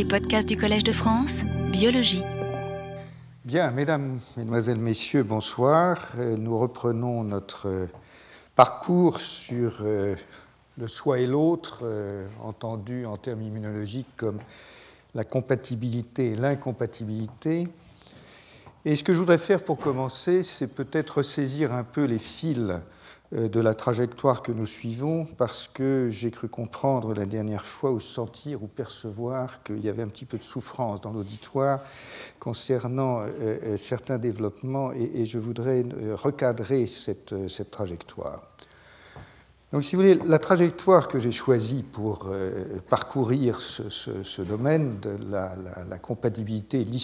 Les podcasts du Collège de France, Biologie. Bien, mesdames, mesdemoiselles, messieurs, bonsoir. Nous reprenons notre parcours sur le soi et l'autre, entendu en termes immunologiques comme la compatibilité et l'incompatibilité. Et ce que je voudrais faire pour commencer, c'est peut-être ressaisir un peu les fils de la trajectoire que nous suivons, parce que j'ai cru comprendre la dernière fois, ou sentir, ou percevoir qu'il y avait un petit peu de souffrance dans l'auditoire concernant certains développements, et je voudrais recadrer cette trajectoire. Donc, si vous voulez, la trajectoire que j'ai choisie pour parcourir ce domaine de la compatibilité et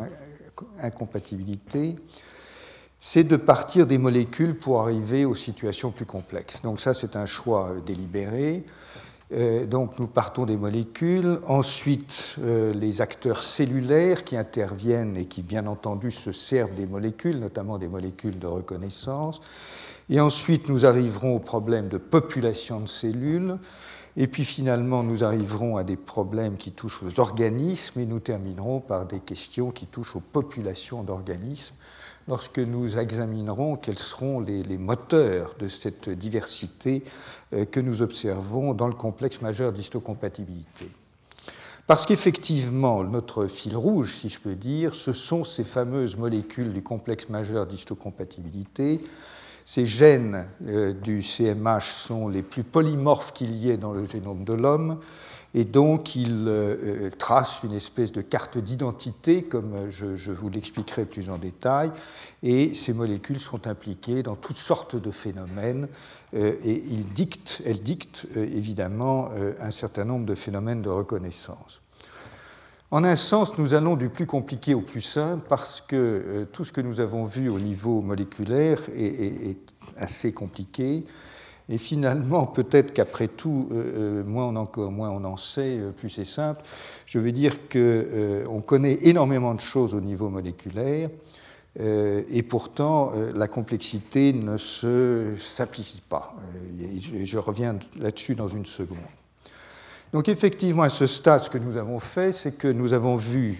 l'histo-incompatibilité, c'est de partir des molécules pour arriver aux situations plus complexes. Donc ça, c'est un choix délibéré. Donc nous partons des molécules, ensuite les acteurs cellulaires qui interviennent et qui, bien entendu, se servent des molécules, notamment des molécules de reconnaissance. Et ensuite, nous arriverons au problème de population de cellules. Et puis finalement, nous arriverons à des problèmes qui touchent aux organismes et nous terminerons par des questions qui touchent aux populations d'organismes, lorsque nous examinerons quels seront les moteurs de cette diversité que nous observons dans le complexe majeur d'histocompatibilité. Parce qu'effectivement, notre fil rouge, si je peux dire, ce sont ces fameuses molécules du complexe majeur d'histocompatibilité. Ces gènes du CMH sont les plus polymorphes qu'il y ait dans le génome de l'homme, et donc ils tracent une espèce de carte d'identité, comme je vous l'expliquerai plus en détail, et ces molécules sont impliquées dans toutes sortes de phénomènes, et elles dictent évidemment un certain nombre de phénomènes de reconnaissance. En un sens, nous allons du plus compliqué au plus simple parce que tout ce que nous avons vu au niveau moléculaire est assez compliqué. Et finalement, peut-être qu'après tout, moins on en sait, plus c'est simple. Je veux dire qu'on connaît énormément de choses au niveau moléculaire, et pourtant la complexité ne se simplifie pas. Je reviens là-dessus dans une seconde. Donc effectivement, à ce stade, ce que nous avons fait, c'est que nous avons vu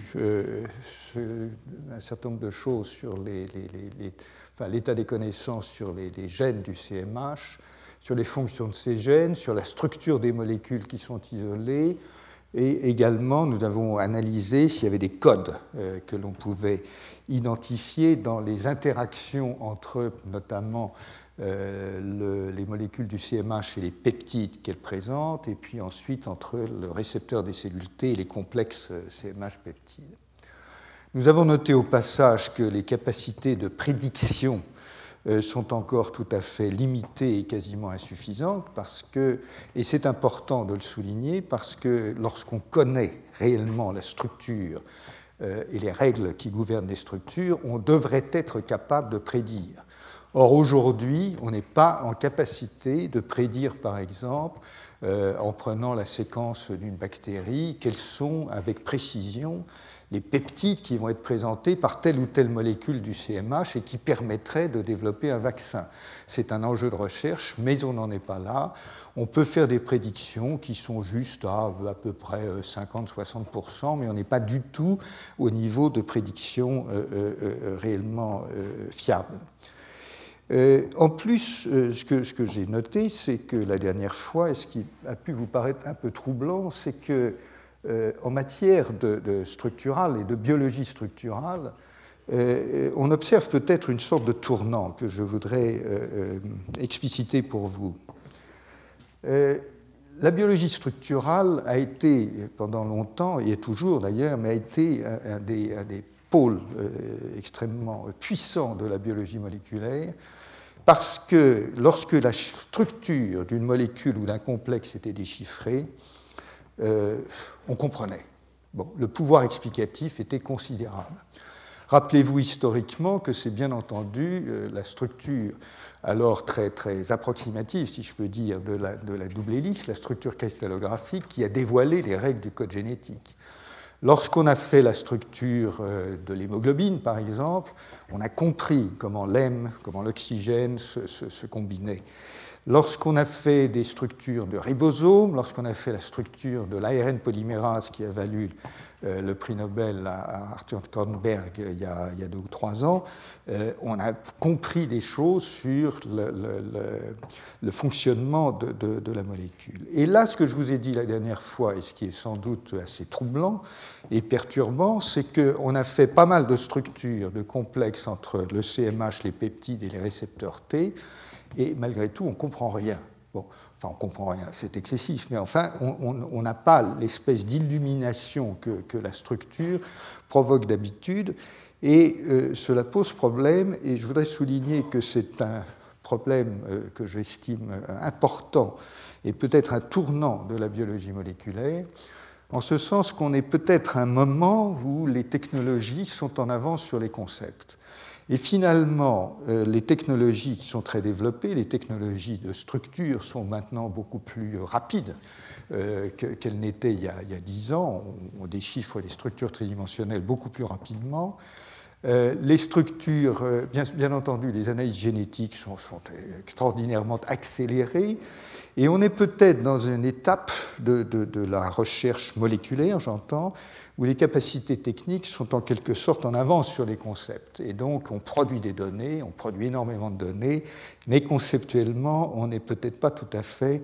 un certain nombre de choses sur l'état des connaissances sur les gènes du CMH, sur les fonctions de ces gènes, sur la structure des molécules qui sont isolées, et également nous avons analysé s'il y avait des codes que l'on pouvait identifier dans les interactions entre notamment les molécules du CMH et les peptides qu'elles présentent, et puis ensuite entre le récepteur des cellules T et les complexes CMH-peptides. Nous avons noté au passage que les capacités de prédiction sont encore tout à fait limitées et quasiment insuffisantes, et c'est important de le souligner, parce que lorsqu'on connaît réellement la structure et les règles qui gouvernent les structures, on devrait être capable de prédire. Or, aujourd'hui, on n'est pas en capacité de prédire, par exemple, en prenant la séquence d'une bactérie, quels sont, avec précision, les peptides qui vont être présentés par telle ou telle molécule du CMH et qui permettraient de développer un vaccin. C'est un enjeu de recherche, mais on n'en est pas là. On peut faire des prédictions qui sont juste à peu près 50-60%, mais on n'est pas du tout au niveau de prédiction réellement fiable. En plus, ce que j'ai noté, c'est que la dernière fois, et ce qui a pu vous paraître un peu troublant, c'est que en matière de structurale et de biologie structurale, on observe peut-être une sorte de tournant que je voudrais expliciter pour vous. La biologie structurale a été, pendant longtemps, et est toujours d'ailleurs, mais a été un des pôles extrêmement puissants de la biologie moléculaire, parce que lorsque la structure d'une molécule ou d'un complexe était déchiffrée, on comprenait. Bon, le pouvoir explicatif était considérable. Rappelez-vous historiquement que c'est bien entendu la structure, alors très, très approximative, si je peux dire, de la double hélice, la structure cristallographique, qui a dévoilé les règles du code génétique. Lorsqu'on a fait la structure de l'hémoglobine, par exemple, on a compris comment l'hème, comment l'oxygène se combinaient. Lorsqu'on a fait des structures de ribosomes, lorsqu'on a fait la structure de l'ARN polymérase qui a valu le prix Nobel à Arthur Kornberg il y a 2 ou 3 ans, on a compris des choses sur le fonctionnement de la molécule. Et là, ce que je vous ai dit la dernière fois, et ce qui est sans doute assez troublant et perturbant, c'est qu'on a fait pas mal de structures de complexes entre le CMH, les peptides et les récepteurs T, et malgré tout, on ne comprend rien. Bon, enfin, on ne comprend rien, c'est excessif, mais enfin, on n'a pas l'espèce d'illumination que la structure provoque d'habitude, et cela pose problème, et je voudrais souligner que c'est un problème que j'estime important, et peut-être un tournant de la biologie moléculaire, en ce sens qu'on est peut-être à un moment où les technologies sont en avance sur les concepts. Et finalement, les technologies qui sont très développées, les technologies de structure sont maintenant beaucoup plus rapides qu'elles n'étaient il y a 10 ans. On déchiffre les structures tridimensionnelles beaucoup plus rapidement. Les structures, bien entendu, les analyses génétiques sont extraordinairement accélérées. Et on est peut-être dans une étape de la recherche moléculaire, j'entends, où les capacités techniques sont en quelque sorte en avance sur les concepts. Et donc, on produit des données, on produit énormément de données, mais conceptuellement, on n'est peut-être pas tout à fait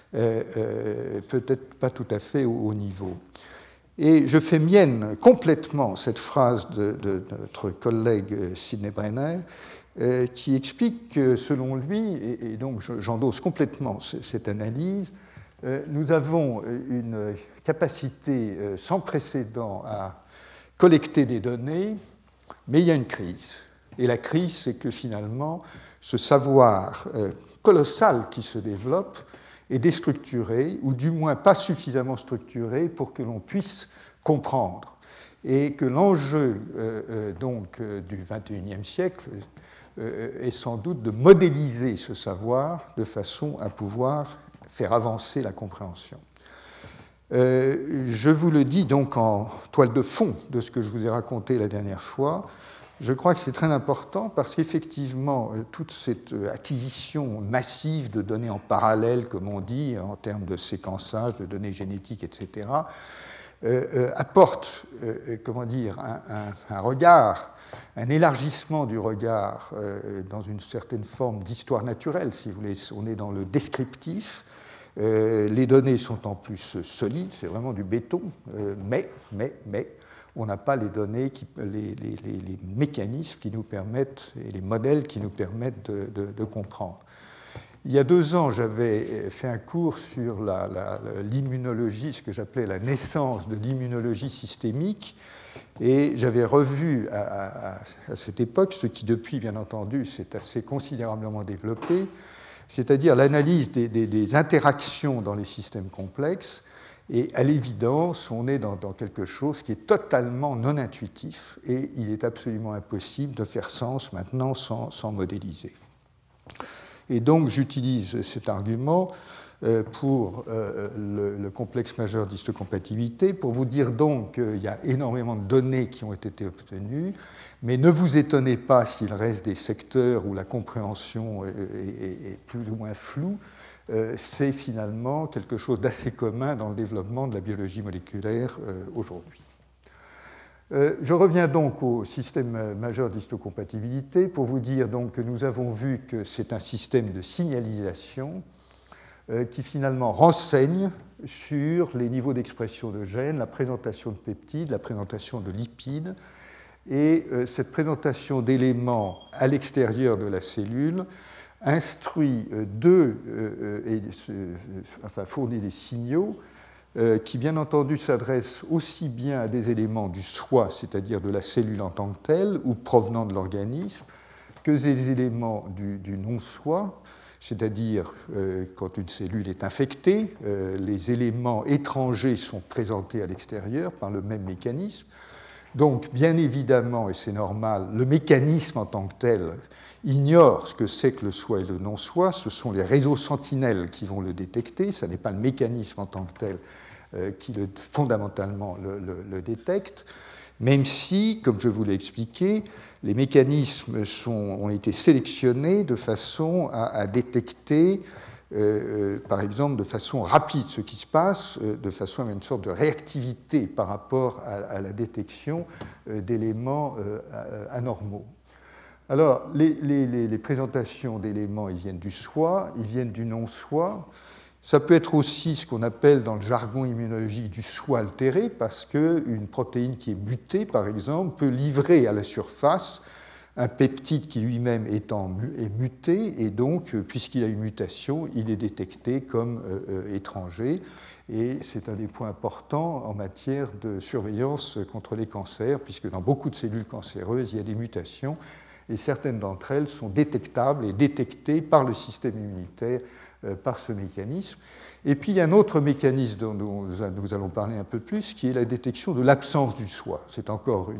au niveau. Et je fais mienne complètement cette phrase de notre collègue Sidney Brenner, qui explique que, selon lui, et donc j'endosse complètement cette analyse, nous avons une capacité sans précédent à collecter des données, mais il y a une crise. Et la crise, c'est que finalement, ce savoir colossal qui se développe est déstructuré, ou du moins pas suffisamment structuré pour que l'on puisse comprendre. Et que l'enjeu du XXIe siècle est sans doute de modéliser ce savoir de façon à pouvoir faire avancer la compréhension. Je vous le dis donc en toile de fond de ce que je vous ai raconté la dernière fois. Je crois que c'est très important parce qu'effectivement, toute cette acquisition massive de données en parallèle, comme on dit, en termes de séquençage, de données génétiques, etc., apporte un regard, un élargissement du regard dans une certaine forme d'histoire naturelle, si vous voulez. On est dans le descriptif. Les données sont en plus solides, c'est vraiment du béton, mais on n'a pas les données, les mécanismes qui nous permettent, et les modèles qui nous permettent de comprendre. Il y a 2 ans, j'avais fait un cours sur l'immunologie, ce que j'appelais la naissance de l'immunologie systémique, et j'avais revu à cette époque ce qui, depuis, bien entendu, s'est assez considérablement développé, c'est-à-dire l'analyse des interactions dans les systèmes complexes. Et à l'évidence, on est dans quelque chose qui est totalement non intuitif, et il est absolument impossible de faire sens maintenant sans modéliser. Et donc, j'utilise cet argument pour le complexe majeur d'histocompatibilité, pour vous dire donc qu'il y a énormément de données qui ont été obtenues, mais ne vous étonnez pas s'il reste des secteurs où la compréhension est plus ou moins floue. C'est finalement quelque chose d'assez commun dans le développement de la biologie moléculaire aujourd'hui. Je reviens donc au système majeur d'histocompatibilité pour vous dire donc que nous avons vu que c'est un système de signalisation qui finalement renseigne sur les niveaux d'expression de gènes, la présentation de peptides, la présentation de lipides, et cette présentation d'éléments à l'extérieur de la cellule instruit fournit des signaux qui, bien entendu, s'adressent aussi bien à des éléments du soi, c'est-à-dire de la cellule en tant que telle, ou provenant de l'organisme, que des éléments du non-soi, c'est-à-dire quand une cellule est infectée, les éléments étrangers sont présentés à l'extérieur par le même mécanisme. Donc, bien évidemment, et c'est normal, le mécanisme en tant que tel ignore ce que c'est que le soi et le non-soi. Ce sont les réseaux sentinelles qui vont le détecter. Ce n'est pas le mécanisme en tant que tel qui fondamentalement le détecte, même si, comme je vous l'ai expliqué, les mécanismes ont été sélectionnés de façon à détecter par exemple, de façon rapide ce qui se passe, de façon à une sorte de réactivité par rapport à la détection d'éléments anormaux. Alors, les présentations d'éléments, ils viennent du soi, ils viennent du non-soi. Ça peut être aussi ce qu'on appelle dans le jargon immunologique du soi altéré, parce qu'une protéine qui est mutée, par exemple, peut livrer à la surface un peptide qui lui-même est muté, et donc, puisqu'il a une mutation, il est détecté comme étranger. Et c'est un des points importants en matière de surveillance contre les cancers, puisque dans beaucoup de cellules cancéreuses, il y a des mutations, et certaines d'entre elles sont détectables et détectées par le système immunitaire par ce mécanisme. Et puis il y a un autre mécanisme dont nous allons parler un peu plus, qui est la détection de l'absence du soi. C'est encore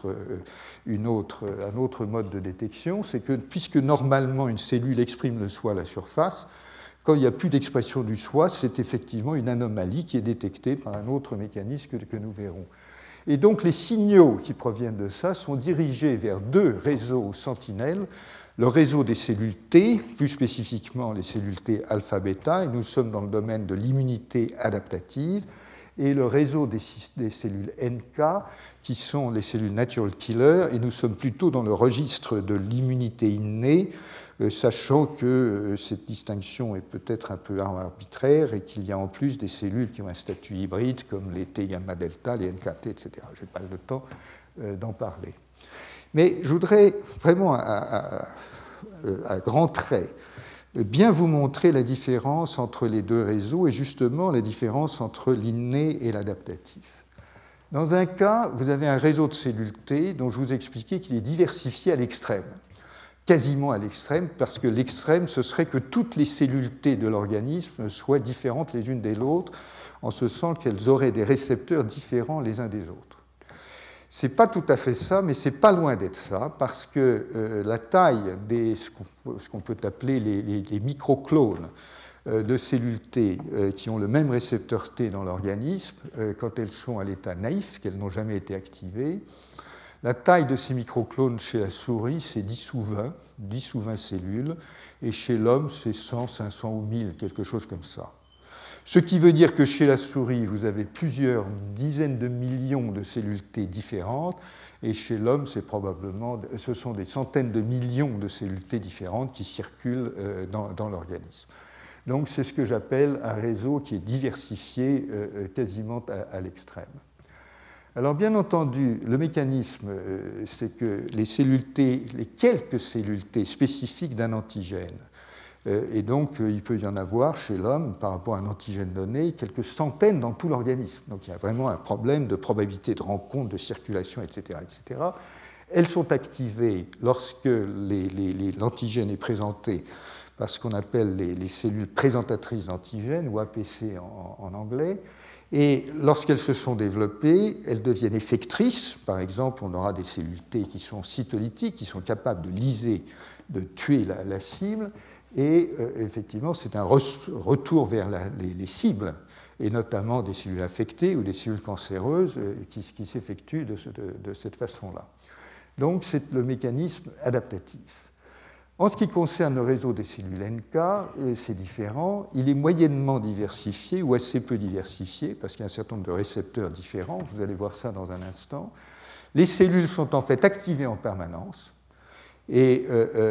un autre mode de détection, c'est que puisque normalement une cellule exprime le soi à la surface, quand il n'y a plus d'expression du soi, c'est effectivement une anomalie qui est détectée par un autre mécanisme que nous verrons. Et donc les signaux qui proviennent de ça sont dirigés vers deux réseaux sentinelles, le réseau des cellules T, plus spécifiquement les cellules T alpha-bêta, et nous sommes dans le domaine de l'immunité adaptative, et le réseau des cellules NK, qui sont les cellules natural killer, et nous sommes plutôt dans le registre de l'immunité innée, sachant que cette distinction est peut-être un peu arbitraire et qu'il y a en plus des cellules qui ont un statut hybride, comme les T gamma delta, les NKT, etc. Je n'ai pas le temps d'en parler. Mais je voudrais vraiment, à grands traits, bien vous montrer la différence entre les deux réseaux et justement la différence entre l'inné et l'adaptatif. Dans un cas, vous avez un réseau de cellules T dont je vous expliquais qu'il est diversifié à l'extrême, quasiment à l'extrême, parce que l'extrême, ce serait que toutes les cellules T de l'organisme soient différentes les unes des autres, en ce sens qu'elles auraient des récepteurs différents les uns des autres. Ce n'est pas tout à fait ça, mais ce n'est pas loin d'être ça, parce que la taille des ce qu'on peut appeler les microclones de cellules T qui ont le même récepteur T dans l'organisme, quand elles sont à l'état naïf, qu'elles n'ont jamais été activées, la taille de ces microclones chez la souris, c'est 10 ou 20 cellules, et chez l'homme, c'est 100, 500 ou 1000, quelque chose comme ça. Ce qui veut dire que chez la souris, vous avez plusieurs dizaines de millions de cellules T différentes, et chez l'homme, ce sont des centaines de millions de cellules T différentes qui circulent dans l'organisme. Donc c'est ce que j'appelle un réseau qui est diversifié quasiment à l'extrême. Alors bien entendu, le mécanisme, c'est que les cellules T, les quelques cellules T spécifiques d'un antigène, et donc il peut y en avoir chez l'homme, par rapport à un antigène donné, quelques centaines dans tout l'organisme. Donc il y a vraiment un problème de probabilité de rencontre, de circulation, etc. etc. Elles sont activées lorsque l'antigène est présenté par ce qu'on appelle les cellules présentatrices d'antigènes, ou APC en anglais. Et lorsqu'elles se sont développées, elles deviennent effectrices. Par exemple, on aura des cellules T qui sont cytolytiques, qui sont capables de lyser, de tuer la cible. Et effectivement, c'est un retour vers les cibles, et notamment des cellules infectées ou des cellules cancéreuses qui s'effectuent de cette façon-là. Donc, c'est le mécanisme adaptatif. En ce qui concerne le réseau des cellules NK, c'est différent. Il est moyennement diversifié ou assez peu diversifié, parce qu'il y a un certain nombre de récepteurs différents. Vous allez voir ça dans un instant. Les cellules sont en fait activées en permanence. Et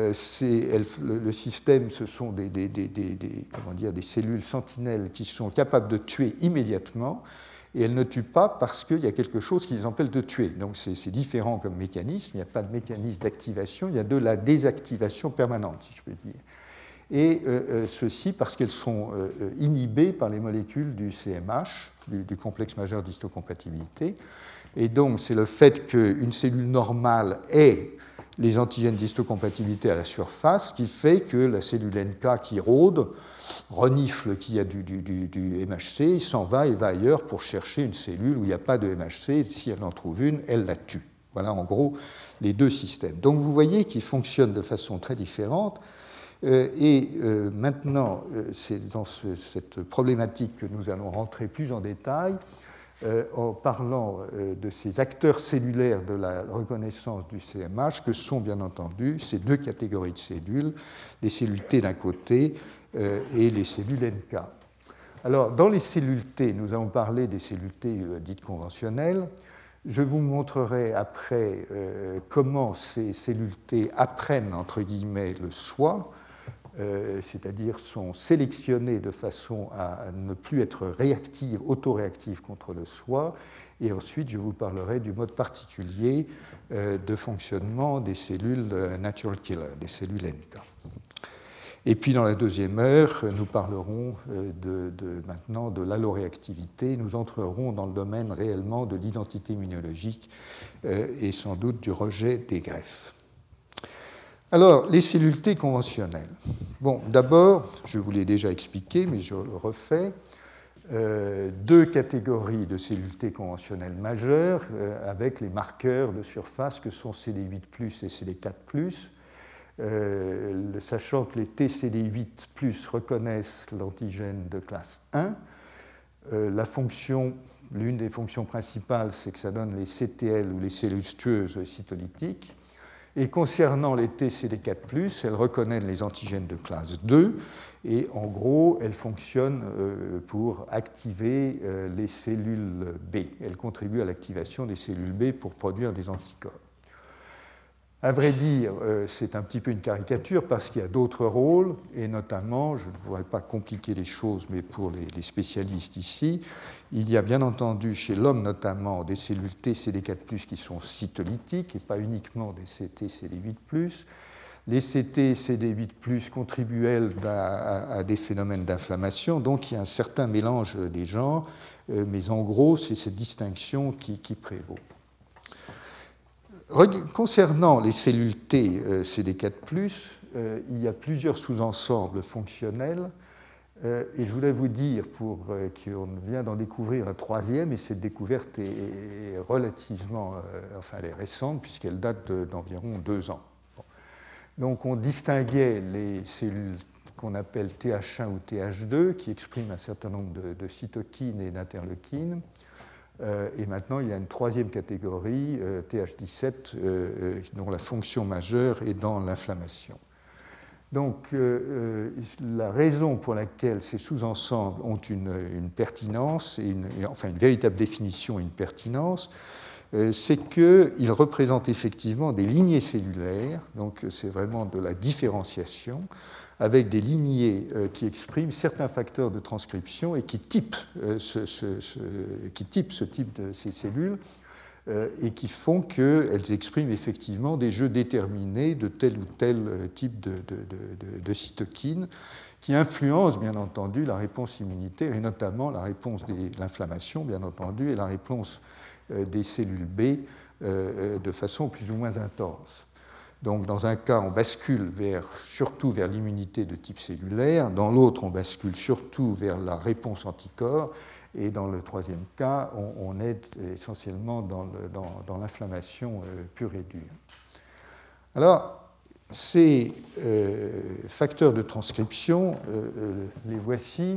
le système, ce sont des cellules sentinelles qui sont capables de tuer immédiatement, et elles ne tuent pas parce qu'il y a quelque chose qui les empêche de tuer. Donc c'est différent comme mécanisme, il n'y a pas de mécanisme d'activation, il y a de la désactivation permanente, si je peux dire. Et ceci parce qu'elles sont inhibées par les molécules du CMH, du complexe majeur d'histocompatibilité. Et donc c'est le fait qu'une cellule normale ait les antigènes d'histocompatibilité à la surface, qui fait que la cellule NK qui rôde, renifle qu'il y a du MHC, s'en va et va ailleurs pour chercher une cellule où il n'y a pas de MHC, et si elle en trouve une, elle la tue. Voilà en gros les deux systèmes. Donc vous voyez qu'ils fonctionnent de façon très différente, et maintenant, c'est dans cette problématique que nous allons rentrer plus en détail. en parlant de ces acteurs cellulaires de la reconnaissance du CMH, que sont bien entendu ces deux catégories de cellules, les cellules T d'un côté et les cellules NK. Alors, dans les cellules T, nous allons parler des cellules T dites conventionnelles. Je vous montrerai après comment ces cellules T apprennent, entre guillemets, le soi, c'est-à-dire sont sélectionnées de façon à ne plus être réactives, autoréactives contre le soi. Et ensuite, je vous parlerai du mode particulier de fonctionnement des cellules natural killer, des cellules NK. Et puis dans la deuxième heure, nous parlerons maintenant de l'alloréactivité. Nous entrerons dans le domaine réellement de l'identité immunologique et sans doute du rejet des greffes. Alors, les cellules T conventionnelles. Bon, d'abord, je vous l'ai déjà expliqué, mais je le refais. Deux catégories de cellules T conventionnelles majeures avec les marqueurs de surface que sont CD8+ et CD4+. Sachant que les TCD8+ reconnaissent l'antigène de classe 1, l'une des fonctions principales, c'est que ça donne les CTL ou les cellules tueuses cytolytiques. Et concernant les TCD4+, elles reconnaissent les antigènes de classe 2, et en gros, elles fonctionnent pour activer les cellules B. Elles contribuent à l'activation des cellules B pour produire des anticorps. À vrai dire, c'est un petit peu une caricature parce qu'il y a d'autres rôles, et notamment, je ne voudrais pas compliquer les choses, mais pour les spécialistes ici, il y a bien entendu chez l'homme notamment des cellules T CD4+, qui sont cytolytiques et pas uniquement des CT CD8+. Les CT CD8+ contribuent, elles, à des phénomènes d'inflammation, donc il y a un certain mélange des genres, mais en gros, c'est cette distinction qui prévaut. Concernant les cellules T CD4+, il y a plusieurs sous-ensembles fonctionnels, et je voulais vous dire qu'on vient d'en découvrir un troisième, et cette découverte est relativement, elle est récente, puisqu'elle date d'environ 2 ans. Bon. Donc on distinguait les cellules qu'on appelle TH1 ou TH2, qui expriment un certain nombre de cytokines et d'interleukines. Et maintenant, il y a une troisième catégorie, TH17, dont la fonction majeure est dans l'inflammation. Donc, la raison pour laquelle ces sous-ensembles ont une pertinence, une véritable définition et une pertinence, c'est qu'ils représentent effectivement des lignées cellulaires, donc c'est vraiment de la différenciation, avec des lignées qui expriment certains facteurs de transcription et qui typent ce type de ces cellules et qui font qu'elles expriment effectivement des jeux déterminés de tel ou tel type de cytokines qui influencent bien entendu la réponse immunitaire et notamment la réponse de l'inflammation bien entendu et la réponse des cellules B de façon plus ou moins intense. Donc, dans un cas, on bascule surtout vers l'immunité de type cellulaire, dans l'autre, on bascule surtout vers la réponse anticorps, et dans le troisième cas, on est essentiellement dans l'inflammation pure et dure. Alors, ces facteurs de transcription, les voici.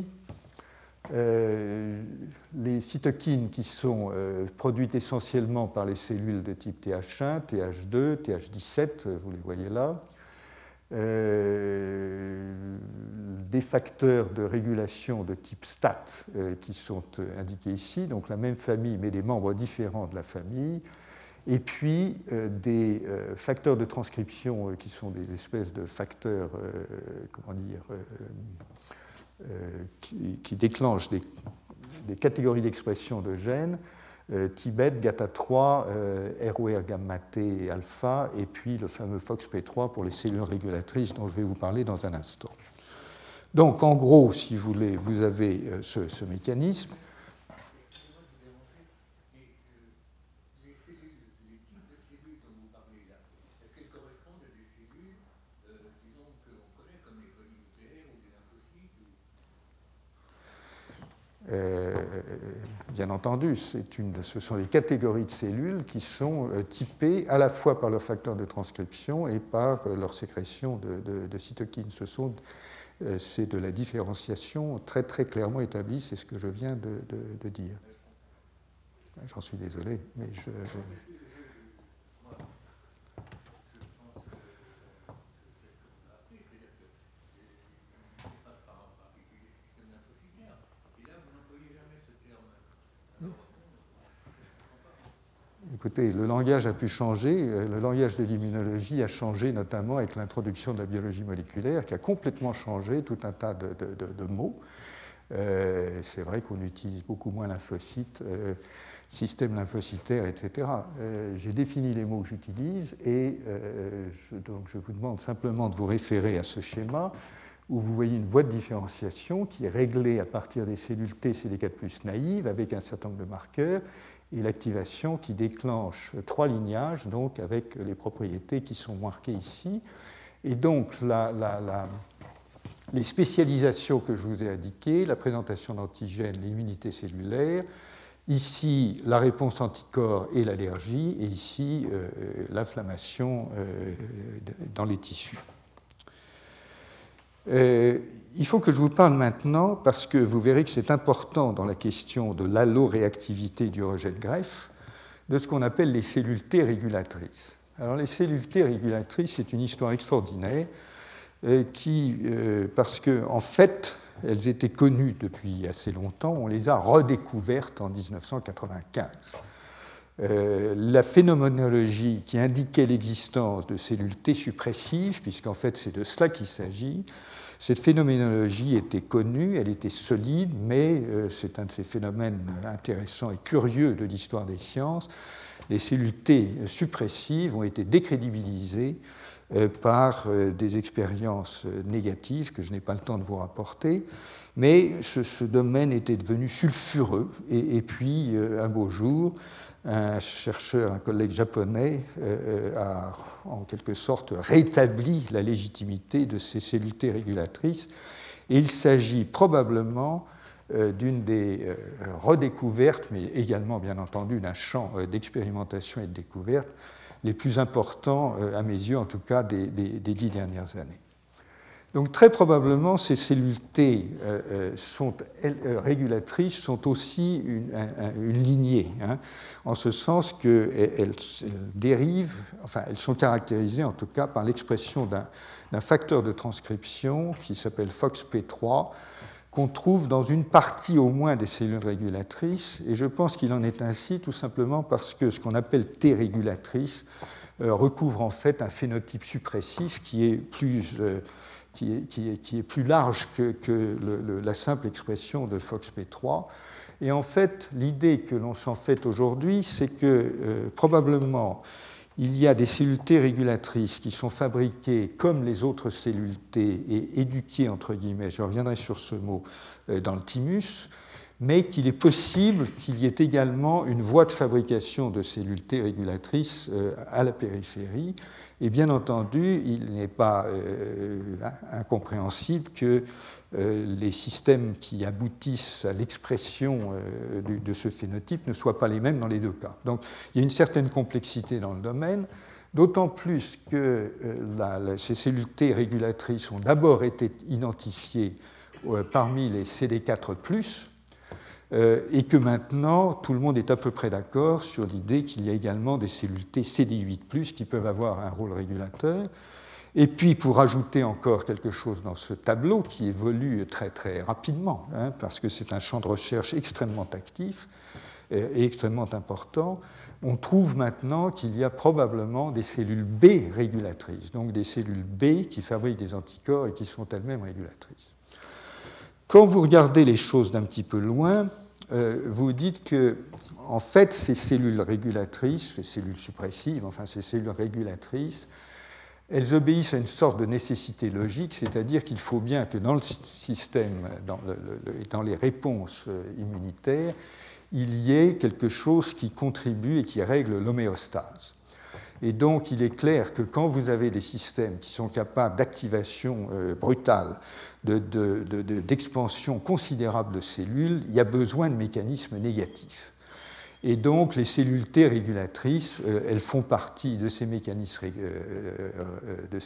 Les cytokines qui sont produites essentiellement par les cellules de type TH1, TH2, TH17, vous les voyez là. Des facteurs de régulation de type STAT qui sont indiqués ici, donc la même famille mais des membres différents de la famille. Et puis des facteurs de transcription qui sont des espèces de facteurs, qui déclenchent des catégories d'expression de gènes, Tibet, GATA3, ROR gamma T et alpha, et puis le fameux FOXP3 pour les cellules régulatrices dont je vais vous parler dans un instant. Donc en gros, si vous voulez, vous avez ce mécanisme. Bien entendu, ce sont des catégories de cellules qui sont typées à la fois par leur facteur de transcription et par leur sécrétion de cytokines. C'est de la différenciation très, très clairement établie, c'est ce que je viens de dire. J'en suis désolé, mais je... Écoutez, le langage a pu changer. Le langage de l'immunologie a changé notamment avec l'introduction de la biologie moléculaire, qui a complètement changé tout un tas de mots. C'est vrai qu'on utilise beaucoup moins lymphocytes, système lymphocytaire, etc. J'ai défini les mots que j'utilise et donc je vous demande simplement de vous référer à ce schéma où vous voyez une voie de différenciation qui est réglée à partir des cellules T CD4+ naïves avec un certain nombre de marqueurs et l'activation qui déclenche 3 lignages, donc avec les propriétés qui sont marquées ici. Et donc, les spécialisations que je vous ai indiquées, la présentation d'antigènes, l'immunité cellulaire, ici, la réponse anticorps et l'allergie, et ici, l'inflammation dans les tissus. Il faut que je vous parle maintenant, parce que vous verrez que c'est important dans la question de l'alloréactivité du rejet de greffe, de ce qu'on appelle les cellules T régulatrices. Alors les cellules T régulatrices, c'est une histoire extraordinaire, parce qu'en fait, elles étaient connues depuis assez longtemps, on les a redécouvertes en 1995. La phénoménologie qui indiquait l'existence de cellules T suppressives, puisqu'en fait c'est de cela qu'il s'agit, cette phénoménologie était connue, elle était solide, mais c'est un de ces phénomènes intéressants et curieux de l'histoire des sciences. Les cellules T suppressives ont été décrédibilisées par des expériences négatives que je n'ai pas le temps de vous rapporter, mais ce domaine était devenu sulfureux. Et puis, un beau jour, un chercheur, un collègue japonais, a en quelque sorte rétabli la légitimité de ces cellules T régulatrices. Et il s'agit probablement d'une des redécouvertes, mais également bien entendu d'un champ d'expérimentation et de découverte les plus importants, à mes yeux en tout cas, des 10 dernières années. Donc très probablement, ces cellules T régulatrices sont aussi une lignée, hein, en ce sens qu'elles dérivent, enfin elles sont caractérisées en tout cas par l'expression d'un facteur de transcription qui s'appelle FOXP3, qu'on trouve dans une partie au moins des cellules régulatrices, et je pense qu'il en est ainsi tout simplement parce que ce qu'on appelle T régulatrice recouvre en fait un phénotype suppressif qui est plus large que la simple expression de FOXP3. Et en fait, l'idée que l'on s'en fait aujourd'hui, c'est que probablement il y a des cellules T régulatrices qui sont fabriquées comme les autres cellules T et éduquées, entre guillemets, je reviendrai sur ce mot, dans le thymus, mais qu'il est possible qu'il y ait également une voie de fabrication de cellules T régulatrices à la périphérie. Et bien entendu, il n'est pas incompréhensible que les systèmes qui aboutissent à l'expression de ce phénotype ne soient pas les mêmes dans les deux cas. Donc il y a une certaine complexité dans le domaine, d'autant plus que ces cellules T régulatrices ont d'abord été identifiées parmi les CD4+, et que maintenant, tout le monde est à peu près d'accord sur l'idée qu'il y a également des cellules T CD8+, qui peuvent avoir un rôle régulateur. Et puis, pour ajouter encore quelque chose dans ce tableau qui évolue très très rapidement, hein, parce que c'est un champ de recherche extrêmement actif et extrêmement important, on trouve maintenant qu'il y a probablement des cellules B régulatrices, donc des cellules B qui fabriquent des anticorps et qui sont elles-mêmes régulatrices. Quand vous regardez les choses d'un petit peu loin, vous dites que, en fait, ces cellules régulatrices, ces cellules suppressives, enfin ces cellules régulatrices, elles obéissent à une sorte de nécessité logique, c'est-à-dire qu'il faut bien que dans le système, dans les réponses immunitaires, il y ait quelque chose qui contribue et qui règle l'homéostase. Et donc, il est clair que quand vous avez des systèmes qui sont capables d'activation brutale, d'expansion considérable de cellules, il y a besoin de mécanismes négatifs. Et donc, les cellules T régulatrices, elles font partie de ces mécanismes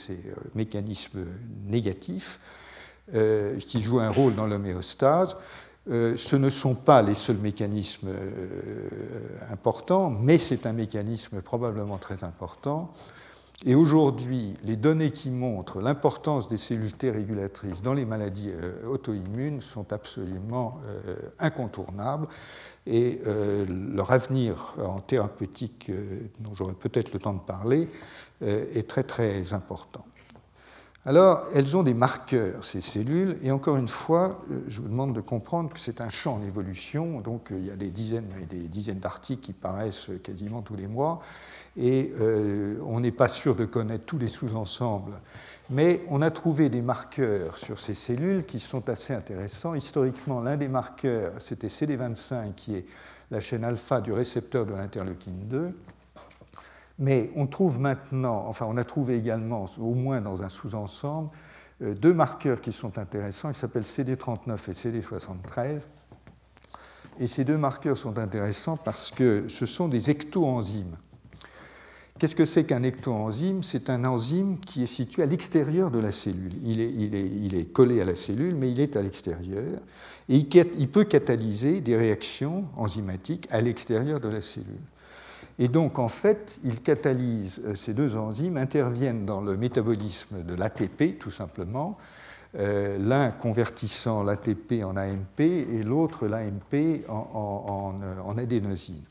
négatifs qui jouent un rôle dans l'homéostase. Ce ne sont pas les seuls mécanismes importants, mais c'est un mécanisme probablement très important. Et aujourd'hui, les données qui montrent l'importance des cellules T régulatrices dans les maladies auto-immunes sont absolument incontournables. Et leur avenir en thérapeutique, dont j'aurai peut-être le temps de parler, est très très important. Alors, elles ont des marqueurs, ces cellules, et encore une fois, je vous demande de comprendre que c'est un champ en évolution, donc il y a des dizaines et des dizaines d'articles qui paraissent quasiment tous les mois, et on n'est pas sûr de connaître tous les sous-ensembles, mais on a trouvé des marqueurs sur ces cellules qui sont assez intéressants. Historiquement, l'un des marqueurs, c'était CD25, qui est la chaîne alpha du récepteur de l'interleukine 2, mais on trouve maintenant, enfin on a trouvé également, au moins dans un sous-ensemble, deux marqueurs qui sont intéressants, ils s'appellent CD39 et CD73. Et ces deux marqueurs sont intéressants parce que ce sont des ectoenzymes. Qu'est-ce que c'est qu'un ectoenzyme? C'est un enzyme qui est situé à l'extérieur de la cellule. Il est collé à la cellule, mais il est à l'extérieur. Et il peut catalyser des réactions enzymatiques à l'extérieur de la cellule. Et donc, en fait, ils catalysent, ces deux enzymes interviennent dans le métabolisme de l'ATP, tout simplement, l'un convertissant l'ATP en AMP et l'autre l'AMP en adénosine.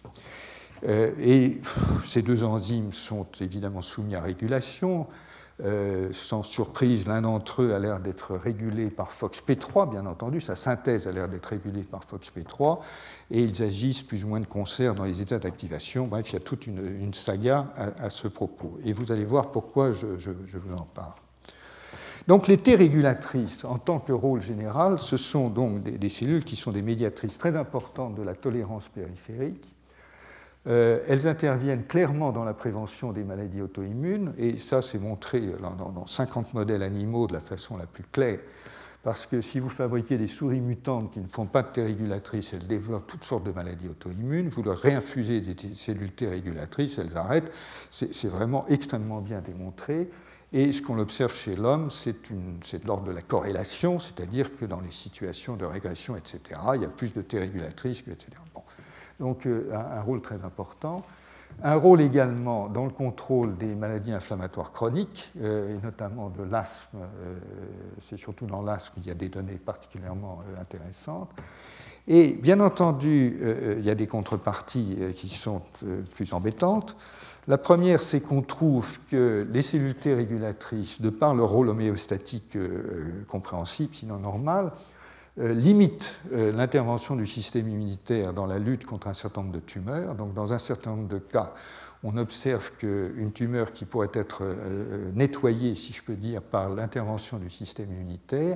Et ces deux enzymes sont évidemment soumis à régulation. Sans surprise, l'un d'entre eux a l'air d'être régulé par FOXP3, bien entendu, sa synthèse a l'air d'être régulée par FOXP3, et ils agissent plus ou moins de concert dans les états d'activation. Bref, il y a toute une saga à ce propos. Et vous allez voir pourquoi je vous en parle. Donc les T régulatrices, en tant que rôle général, ce sont donc des cellules qui sont des médiatrices très importantes de la tolérance périphérique. Elles interviennent clairement dans la prévention des maladies auto-immunes, et ça c'est montré dans 50 modèles animaux de la façon la plus claire, parce que si vous fabriquez des souris mutantes qui ne font pas de T régulatrices, elles développent toutes sortes de maladies auto-immunes, vous leur réinfusez des cellules T régulatrices, elles arrêtent, c'est vraiment extrêmement bien démontré. Et ce qu'on observe chez l'homme, c'est de l'ordre de la corrélation, c'est-à-dire que dans les situations de régression, etc., il y a plus de T régulatrices, etc. Bon. Donc un rôle très important. Un rôle également dans le contrôle des maladies inflammatoires chroniques, et notamment de l'asthme. C'est surtout dans l'asthme qu'il y a des données particulièrement intéressantes. Et bien entendu, il y a des contreparties qui sont plus embêtantes. La première, c'est qu'on trouve que les cellules T régulatrices, de par leur rôle homéostatique compréhensible, sinon normal, limite l'intervention du système immunitaire dans la lutte contre un certain nombre de tumeurs. Donc, dans un certain nombre de cas, on observe qu'une tumeur qui pourrait être nettoyée, si je peux dire, par l'intervention du système immunitaire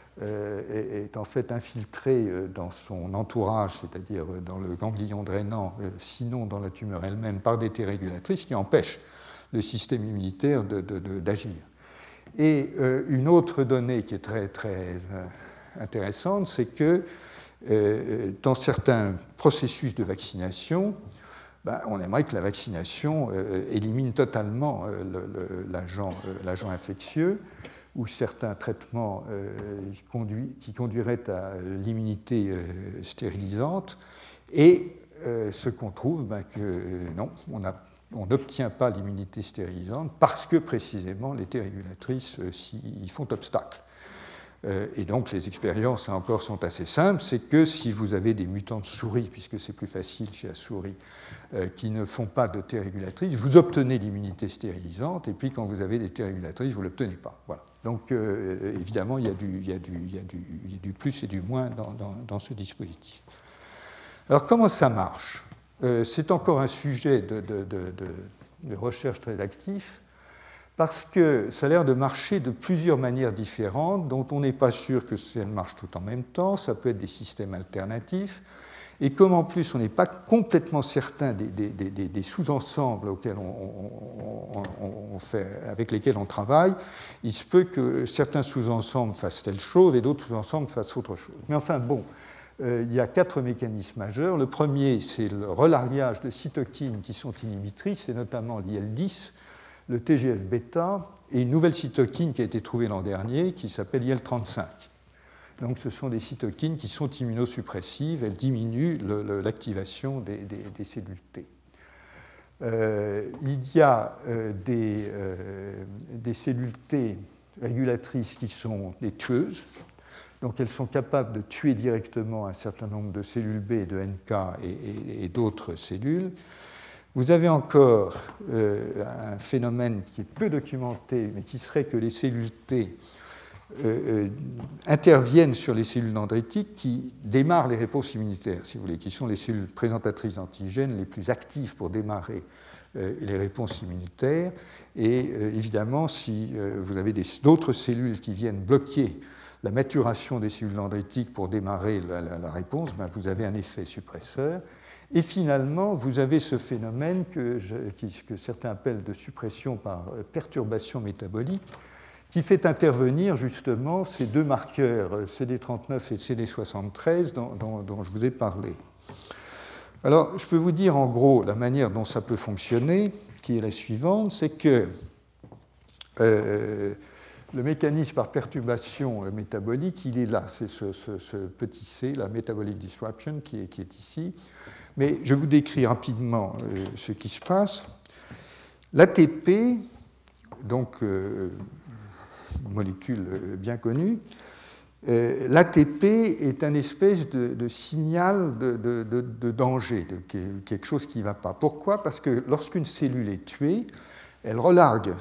est en fait infiltrée dans son entourage, c'est-à-dire dans le ganglion drainant, sinon dans la tumeur elle-même, par des T régulatrices qui empêchent le système immunitaire d'agir. Et une autre donnée qui est très, très intéressante, c'est que dans certains processus de vaccination, on aimerait que la vaccination élimine totalement l'agent infectieux, ou certains traitements qui conduiraient à l'immunité stérilisante, et ce qu'on trouve, que non, on n'obtient pas l'immunité stérilisante parce que précisément les T régulatrices y font obstacle. Et donc les expériences, là encore, sont assez simples. C'est que si vous avez des mutants de souris, puisque c'est plus facile chez la souris, qui ne font pas de T régulatrices, vous obtenez l'immunité stérilisante, et puis quand vous avez des T régulatrices, vous ne l'obtenez pas. Voilà. Donc évidemment, il y a du plus et du moins dans ce dispositif. Alors comment ça marche? C'est encore un sujet de recherche très actif, parce que ça a l'air de marcher de plusieurs manières différentes, dont on n'est pas sûr que ça marche tout en même temps. Ça peut être des systèmes alternatifs. Et comme en plus on n'est pas complètement certain des sous-ensembles avec lesquels on travaille, il se peut que certains sous-ensembles fassent telle chose et d'autres sous-ensembles fassent autre chose. Mais enfin bon, il y a 4 mécanismes majeurs. Le premier, c'est le relargage de cytokines qui sont inhibitrices, et notamment l'IL-10, le TGF-bêta, et une nouvelle cytokine qui a été trouvée l'an dernier, qui s'appelle IL-35. Donc ce sont des cytokines qui sont immunosuppressives, elles diminuent l'activation des cellules T. Il y a des cellules T régulatrices qui sont des tueuses, donc elles sont capables de tuer directement un certain nombre de cellules B, de NK et d'autres cellules. Vous avez encore un phénomène qui est peu documenté, mais qui serait que les cellules T interviennent sur les cellules dendritiques qui démarrent les réponses immunitaires, si vous voulez, qui sont les cellules présentatrices d'antigènes les plus actives pour démarrer les réponses immunitaires. Et évidemment, si vous avez d'autres cellules qui viennent bloquer la maturation des cellules dendritiques pour démarrer la réponse, ben vous avez un effet suppresseur. Et finalement, vous avez ce phénomène que certains appellent de suppression par perturbation métabolique, qui fait intervenir justement ces deux marqueurs, CD39 et CD73, dont je vous ai parlé. Alors, je peux vous dire en gros la manière dont ça peut fonctionner, qui est la suivante, c'est que le mécanisme par perturbation métabolique, il est là, c'est ce petit c, la metabolic disruption, qui est ici. Mais je vous décris rapidement ce qui se passe. L'ATP, donc molécule bien connue, l'ATP est un espèce de signal de danger, de quelque chose qui ne va pas. Pourquoi ? Parce que lorsqu'une cellule est tuée, elle relargue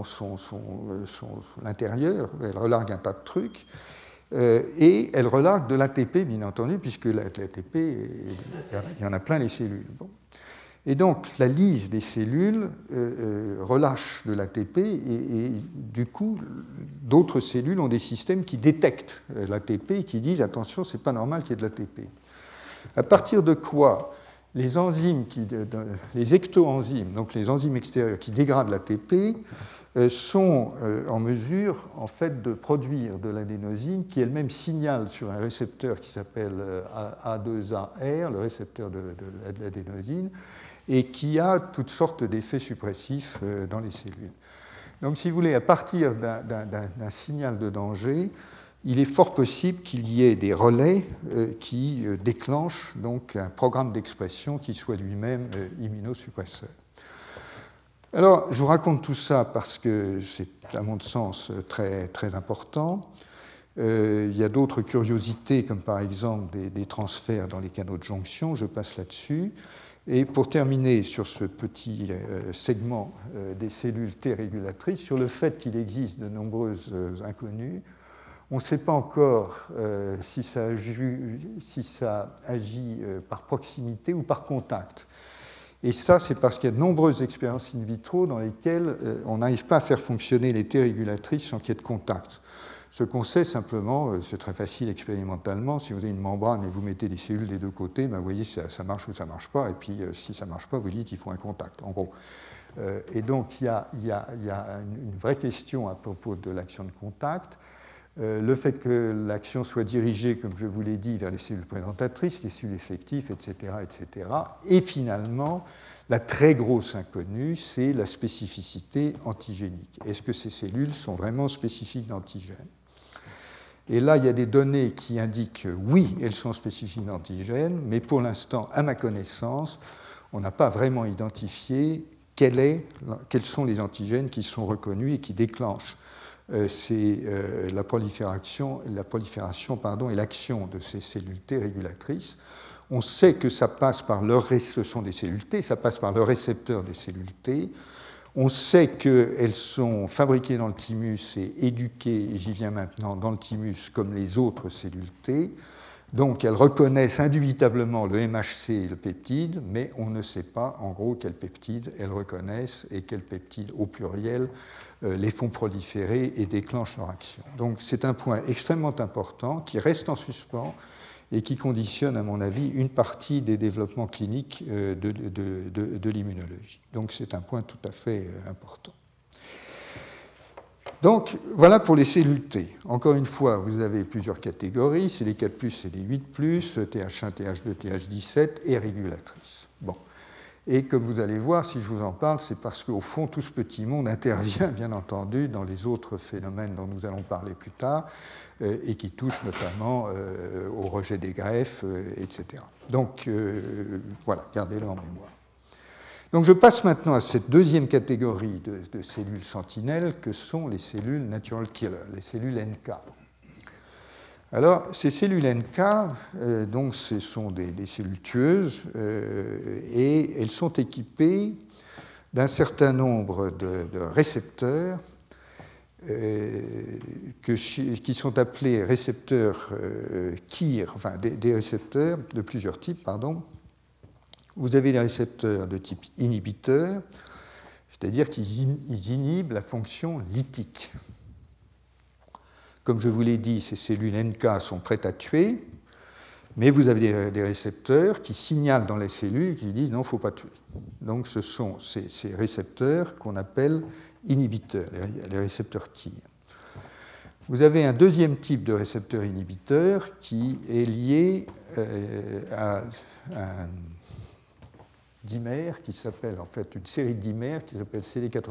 l'intérieur, elle relargue un tas de trucs, et elle relargue de l'ATP, bien entendu, puisque l'ATP, il y en a plein les cellules. Bon. Et donc, la lyse des cellules relâche de l'ATP, et du coup, d'autres cellules ont des systèmes qui détectent l'ATP et qui disent « attention, ce n'est pas normal qu'il y ait de l'ATP ». À partir de quoi les enzymes, les ectoenzymes, donc les enzymes extérieures qui dégradent l'ATP, sont en mesure en fait, de produire de l'adénosine qui elle-même signale sur un récepteur qui s'appelle A2AR, le récepteur de l'adénosine, et qui a toutes sortes d'effets suppressifs dans les cellules. Donc, si vous voulez, à partir d'un signal de danger, il est fort possible qu'il y ait des relais qui déclenchent donc, un programme d'expression qui soit lui-même immunosuppresseur. Alors, je vous raconte tout ça parce que c'est, à mon sens, très, très important. Il y a d'autres curiosités, comme par exemple des transferts dans les canaux de jonction, je passe là-dessus. Et pour terminer sur ce petit segment des cellules T régulatrices, sur le fait qu'il existe de nombreuses inconnues, on ne sait pas encore si ça agit par proximité ou par contact. Et ça, c'est parce qu'il y a de nombreuses expériences in vitro dans lesquelles on n'arrive pas à faire fonctionner les T régulatrices sans qu'il y ait de contact. Ce qu'on sait simplement, c'est très facile expérimentalement, si vous avez une membrane et vous mettez des cellules des deux côtés, ben vous voyez si ça marche ou ça ne marche pas, et puis si ça ne marche pas, vous dites qu'il faut un contact, en gros. Et donc il y a une vraie question à propos de l'action de contact. Le fait que l'action soit dirigée, comme je vous l'ai dit, vers les cellules présentatrices, les cellules effectives, etc., etc. Et finalement, la très grosse inconnue, c'est la spécificité antigénique. Est-ce que ces cellules sont vraiment spécifiques d'antigènes ? Et là, il y a des données qui indiquent que oui, elles sont spécifiques d'antigènes, mais pour l'instant, à ma connaissance, on n'a pas vraiment identifié quels sont les antigènes qui sont reconnus et qui déclenchent la prolifération et l'action de ces cellules T régulatrices. On sait que ça passe par ce sont des cellules T, ça passe par le récepteur des cellules T. On sait qu'elles sont fabriquées dans le thymus et éduquées, et j'y viens maintenant, dans le thymus comme les autres cellules T. Donc elles reconnaissent indubitablement le MHC et le peptide, mais on ne sait pas en gros quel peptide elles reconnaissent et quel peptide au pluriel les font proliférer et déclenchent leur action. Donc c'est un point extrêmement important qui reste en suspens et qui conditionne, à mon avis, une partie des développements cliniques de l'immunologie. Donc c'est un point tout à fait important. Donc voilà pour les cellules T. Encore une fois, vous avez plusieurs catégories, c'est les 4+, c'est les 8+, TH1, TH2, TH17 et régulatrices. Bon. Et comme vous allez voir, si je vous en parle, c'est parce qu'au fond, tout ce petit monde intervient, bien entendu, dans les autres phénomènes dont nous allons parler plus tard, et qui touchent notamment au rejet des greffes, etc. Donc, voilà, gardez-le en mémoire. Donc, je passe maintenant à cette deuxième catégorie de cellules sentinelles, que sont les cellules natural killer, les cellules NK. Alors, ces cellules NK, donc, ce sont des cellules tueuses et elles sont équipées d'un certain nombre de récepteurs qui sont appelés récepteurs KIR, enfin des récepteurs de plusieurs types, pardon. Vous avez des récepteurs de type inhibiteur, c'est-à-dire qu'ils inhibent la fonction lytique. Comme je vous l'ai dit, ces cellules NK sont prêtes à tuer, mais vous avez des récepteurs qui signalent dans les cellules, qui disent non, il ne faut pas tuer. Donc ce sont ces récepteurs qu'on appelle inhibiteurs, les récepteurs KIR. Vous avez un deuxième type de récepteur inhibiteur qui est lié à un dimère qui s'appelle, en fait, une série de dimères qui s'appelle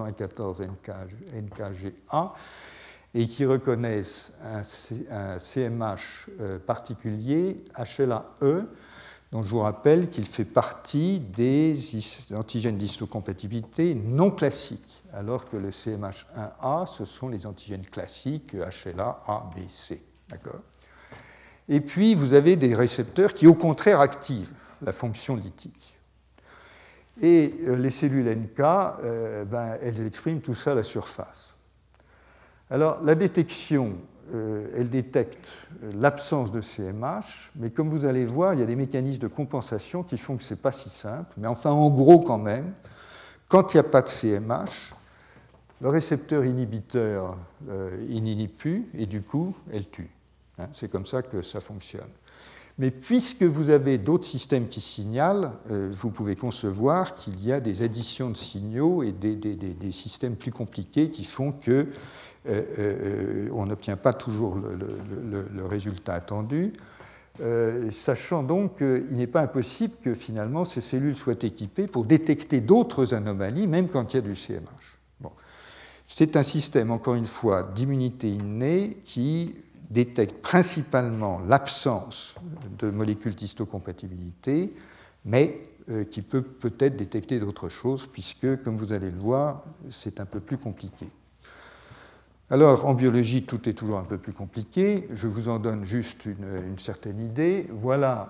CD94-NKGA, et qui reconnaissent un CMH particulier, HLA-E, dont je vous rappelle qu'il fait partie des antigènes d'histocompatibilité non classiques, alors que le CMH1A, ce sont les antigènes classiques HLA, A, B, C. D'accord ? Et puis, vous avez des récepteurs qui, au contraire, activent la fonction lytique. Et les cellules NK, elles expriment tout ça à la surface. Alors, la détection, elle détecte l'absence de CMH, mais comme vous allez voir, il y a des mécanismes de compensation qui font que ce n'est pas si simple. Mais enfin, en gros, quand même, quand il n'y a pas de CMH, le récepteur inhibiteur, il n'inhibe plus, et du coup, elle tue. C'est comme ça que ça fonctionne. Mais puisque vous avez d'autres systèmes qui signalent, vous pouvez concevoir qu'il y a des additions de signaux et des systèmes plus compliqués qui font que on n'obtient pas toujours le résultat attendu, sachant donc qu'il n'est pas impossible que finalement ces cellules soient équipées pour détecter d'autres anomalies, même quand il y a du CMH. Bon. C'est un système, encore une fois, d'immunité innée qui détecte principalement l'absence de molécules d'histocompatibilité, mais qui peut peut-être détecter d'autres choses, puisque, comme vous allez le voir, c'est un peu plus compliqué. Alors, en biologie, tout est toujours un peu plus compliqué. Je vous en donne juste une certaine idée. Voilà,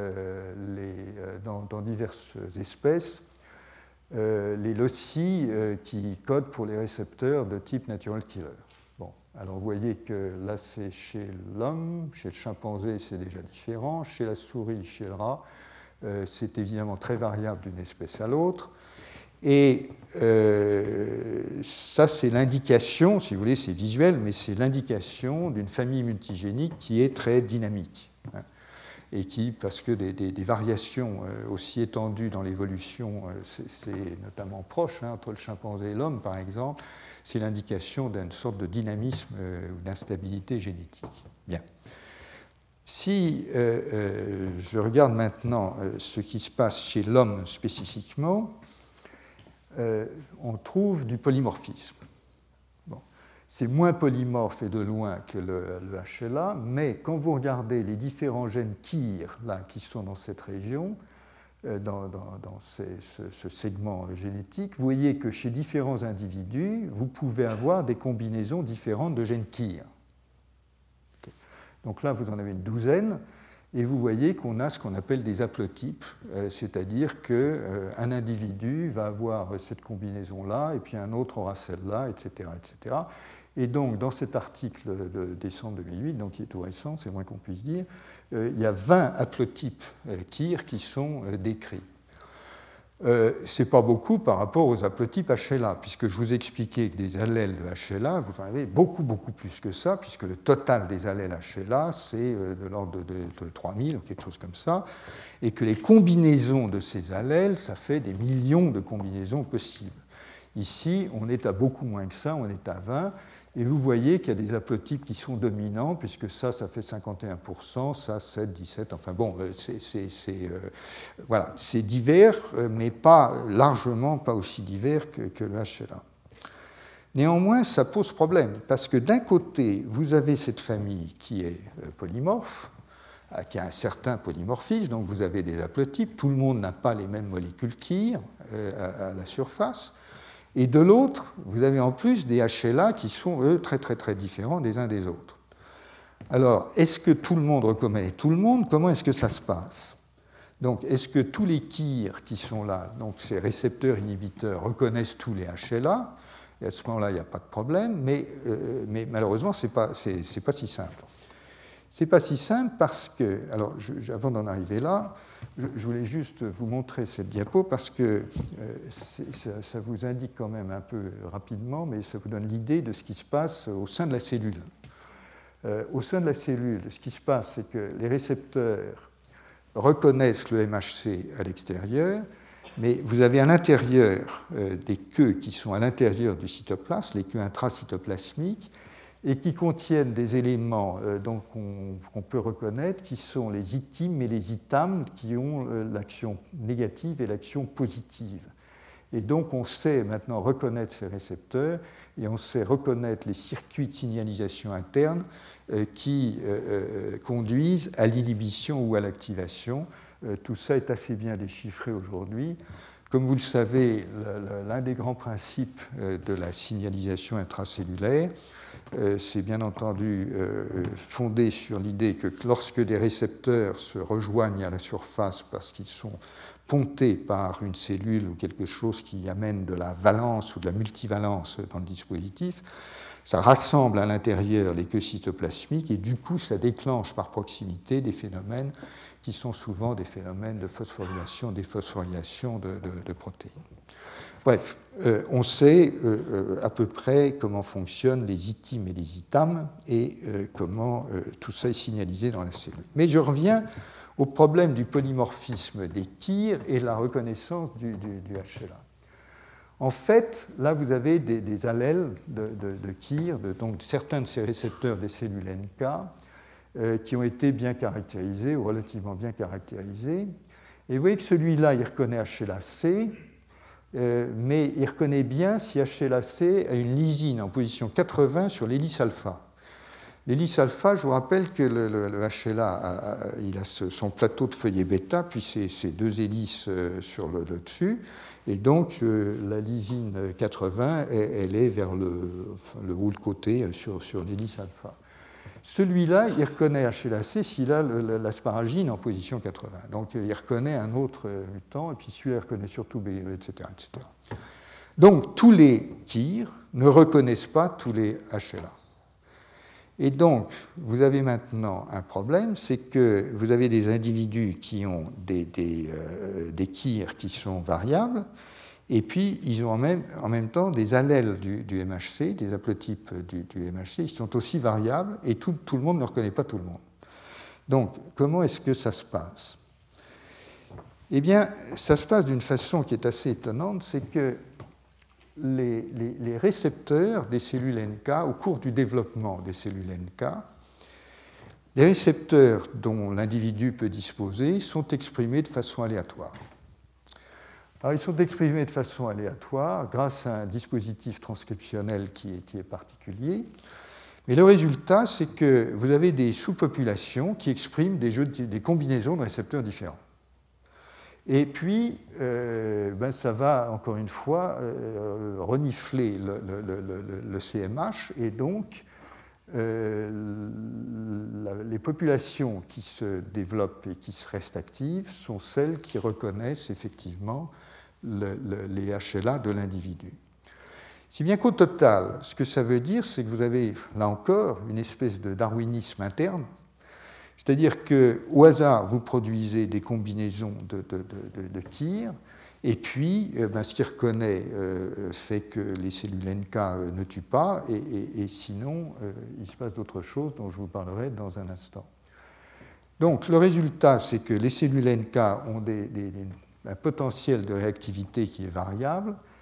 dans diverses espèces, les loci qui codent pour les récepteurs de type natural killer. Bon, alors vous voyez que là, c'est chez l'homme, chez le chimpanzé, c'est déjà différent. Chez la souris, chez le rat, c'est évidemment très variable d'une espèce à l'autre. Et ça, c'est l'indication, si vous voulez, c'est visuel, mais c'est l'indication d'une famille multigénique qui est très dynamique. Hein, et qui, parce que des variations aussi étendues dans l'évolution, c'est notamment proche, hein, entre le chimpanzé et l'homme, par exemple, c'est l'indication d'une sorte de dynamisme ou d'instabilité génétique. Bien. Si je regarde maintenant ce qui se passe chez l'homme spécifiquement, on trouve du polymorphisme. Bon. C'est moins polymorphe et de loin que le HLA, mais quand vous regardez les différents gènes KIR là, qui sont dans cette région, dans ce segment génétique, vous voyez que chez différents individus, vous pouvez avoir des combinaisons différentes de gènes KIR. Okay. Donc là, vous en avez une douzaine. Et vous voyez qu'on a ce qu'on appelle des haplotypes, c'est-à-dire qu'un individu va avoir cette combinaison-là, et puis un autre aura celle-là, etc., etc. Et donc, dans cet article de décembre 2008, donc qui est tout récent, c'est le moins qu'on puisse dire, il y a 20 haplotypes KIR qui sont décrits. Ce n'est pas beaucoup par rapport aux haplotypes HLA, puisque je vous expliquais que des allèles de HLA, vous en avez beaucoup, beaucoup plus que ça, puisque le total des allèles HLA, c'est de l'ordre de 3000 ou quelque chose comme ça, et que les combinaisons de ces allèles, ça fait des millions de combinaisons possibles. Ici, on est à beaucoup moins que ça, on est à 20, Et vous voyez qu'il y a des haplotypes qui sont dominants, puisque ça fait 51%, ça 7, 17, enfin bon, voilà, c'est divers, mais largement pas aussi divers que le HLA. Néanmoins, ça pose problème, parce que d'un côté, vous avez cette famille qui est polymorphe, qui a un certain polymorphisme, donc vous avez des haplotypes, tout le monde n'a pas les mêmes molécules KIR à la surface, et de l'autre, vous avez en plus des HLA qui sont, eux, très très très différents des uns des autres. Alors, est-ce que tout le monde reconnaît tout le monde? Comment est-ce que ça se passe? Donc, est-ce que tous les KIR qui sont là, donc ces récepteurs inhibiteurs, reconnaissent tous les HLA? Et à ce moment-là, il n'y a pas de problème, mais malheureusement, ce n'est pas si simple. Ce n'est pas si simple parce que, alors avant d'en arriver là, je voulais juste vous montrer cette diapo parce que ça vous indique quand même un peu rapidement, mais ça vous donne l'idée de ce qui se passe au sein de la cellule. Au sein de la cellule, ce qui se passe, c'est que les récepteurs reconnaissent le MHC à l'extérieur, mais vous avez à l'intérieur des queues qui sont à l'intérieur du cytoplasme, les queues intracytoplasmiques, et qui contiennent des éléments qu'on peut reconnaître, qui sont les ITIM et les ITAM, qui ont l'action négative et l'action positive. Et donc on sait maintenant reconnaître ces récepteurs, et on sait reconnaître les circuits de signalisation interne qui conduisent à l'inhibition ou à l'activation. Tout ça est assez bien déchiffré aujourd'hui. Comme vous le savez, l'un des grands principes de la signalisation intracellulaire, c'est bien entendu fondé sur l'idée que lorsque des récepteurs se rejoignent à la surface parce qu'ils sont pontés par une cellule ou quelque chose qui amène de la valence ou de la multivalence dans le dispositif, ça rassemble à l'intérieur les queues cytoplasmiques et du coup ça déclenche par proximité des phénomènes qui sont souvent des phénomènes de phosphorylation, déphosphorylation de protéines. Bref, on sait à peu près comment fonctionnent les ITIM et les ITAM et comment tout ça est signalisé dans la cellule. Mais je reviens au problème du polymorphisme des KIR et la reconnaissance du HLA. En fait, là, vous avez des allèles de KIR, donc certains de ces récepteurs des cellules NK, qui ont été bien caractérisés ou relativement bien caractérisés. Et vous voyez que celui-là, il reconnaît HLA-C, mais il reconnaît bien si HLA-C a une lysine en position 80 sur l'hélice alpha. L'hélice alpha, je vous rappelle que le HLA il a son plateau de feuillet bêta, puis ses deux hélices sur le dessus, et donc la lysine 80, elle est vers le haut de côté sur l'hélice alpha. Celui-là, il reconnaît HLA-C s'il a l'asparagine en position 80. Donc il reconnaît un autre mutant, et puis celui-là il reconnaît surtout BE, etc., etc. Donc tous les KIR ne reconnaissent pas tous les HLA. Et donc, vous avez maintenant un problème, c'est que vous avez des individus qui ont des KIR qui sont variables, et puis ils ont en même temps des allèles du MHC, des haplotypes du MHC, qui sont aussi variables, et tout le monde ne reconnaît pas tout le monde. Donc, comment est-ce que ça se passe? Eh bien, ça se passe d'une façon qui est assez étonnante, c'est que les récepteurs des cellules NK, au cours du développement des cellules NK, les récepteurs dont l'individu peut disposer sont exprimés de façon aléatoire. Alors, ils sont exprimés de façon aléatoire grâce à un dispositif transcriptionnel qui est particulier. Mais le résultat, c'est que vous avez des sous-populations qui expriment des combinaisons de récepteurs différents. Et puis, ça va, encore une fois, renifler le CMH, et donc les populations qui se développent et qui restent actives sont celles qui reconnaissent effectivement les HLA de l'individu. Si bien qu'au total, ce que ça veut dire, c'est que vous avez, là encore, une espèce de darwinisme interne, c'est-à-dire qu'au hasard, vous produisez des combinaisons de KIR, et puis ce qui reconnaît fait que les cellules NK ne tuent pas, et sinon, il se passe d'autres choses dont je vous parlerai dans un instant. Donc, le résultat, c'est que les cellules NK ont un potentiel de réactivité qui est variable,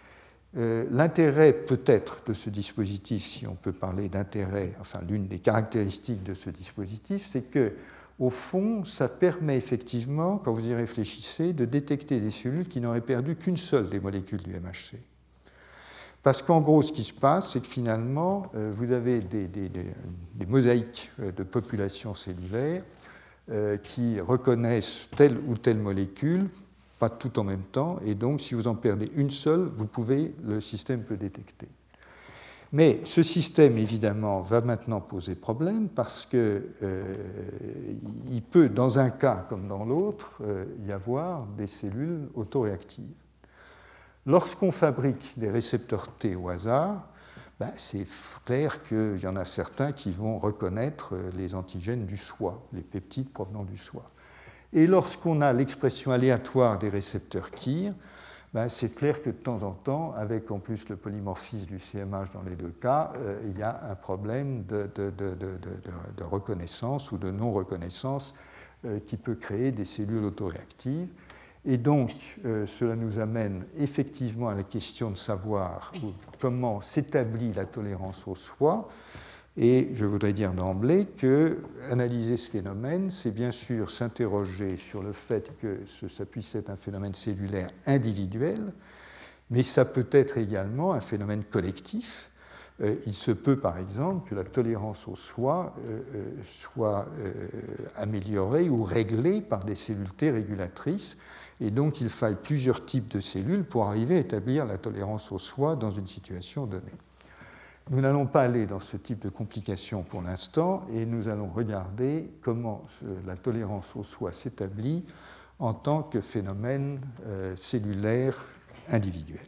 L'intérêt peut-être de ce dispositif, si on peut parler d'intérêt, enfin l'une des caractéristiques de ce dispositif, c'est que au fond, ça permet effectivement, quand vous y réfléchissez, de détecter des cellules qui n'auraient perdu qu'une seule des molécules du MHC. Parce qu'en gros, ce qui se passe, c'est que finalement, vous avez des mosaïques de populations cellulaires qui reconnaissent telle ou telle molécule, pas tout en même temps, et donc si vous en perdez une seule, le système peut détecter. Mais ce système, évidemment, va maintenant poser problème parce qu'il peut, dans un cas comme dans l'autre, y avoir des cellules autoréactives. Lorsqu'on fabrique des récepteurs T au hasard, c'est clair qu'il y en a certains qui vont reconnaître les antigènes du soi, les peptides provenant du soi. Et lorsqu'on a l'expression aléatoire des récepteurs KIR, c'est clair que de temps en temps, avec en plus le polymorphisme du CMH dans les deux cas, il y a un problème de reconnaissance ou de non-reconnaissance qui peut créer des cellules autoréactives. Et donc, cela nous amène effectivement à la question de savoir comment s'établit la tolérance au soi. Et je voudrais dire d'emblée que analyser ce phénomène, c'est bien sûr s'interroger sur le fait que ça puisse être un phénomène cellulaire individuel, mais ça peut être également un phénomène collectif. Il se peut par exemple que la tolérance au soi soit améliorée ou réglée par des cellules T régulatrices, et donc il faille plusieurs types de cellules pour arriver à établir la tolérance au soi dans une situation donnée. Nous n'allons pas aller dans ce type de complications pour l'instant, et nous allons regarder comment la tolérance au soi s'établit en tant que phénomène cellulaire individuel.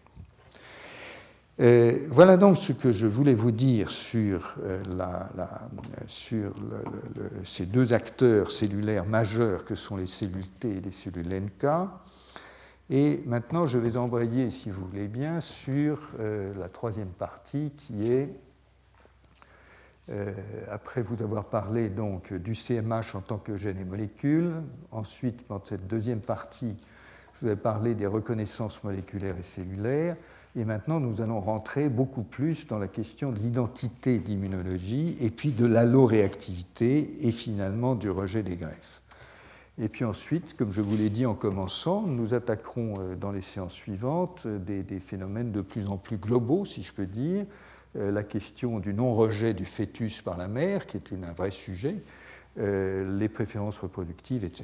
Voilà donc ce que je voulais vous dire sur, ces deux acteurs cellulaires majeurs que sont les cellules T et les cellules NK. Et maintenant, je vais embrayer, si vous voulez bien, sur la troisième partie qui est, après vous avoir parlé donc du CMH en tant que gène et molécule, ensuite, dans cette deuxième partie, je vous ai parlé des reconnaissances moléculaires et cellulaires, et maintenant, nous allons rentrer beaucoup plus dans la question de l'identité d'immunologie et puis de l'alloréactivité et finalement du rejet des greffes. Et puis ensuite, comme je vous l'ai dit en commençant, nous attaquerons dans les séances suivantes des phénomènes de plus en plus globaux, si je peux dire, la question du non-rejet du fœtus par la mère, qui est un vrai sujet, les préférences reproductives, etc.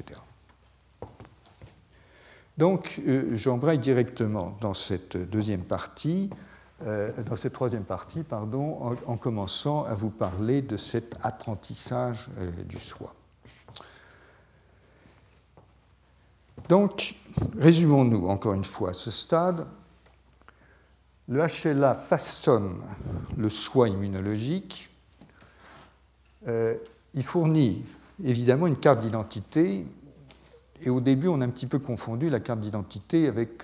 Donc, j'embraye directement dans cette deuxième partie, dans cette troisième partie, pardon, en commençant à vous parler de cet apprentissage du soi. Donc, résumons-nous encore une fois à ce stade. Le HLA façonne le soi immunologique. Il fournit évidemment une carte d'identité, et au début, on a un petit peu confondu la carte d'identité avec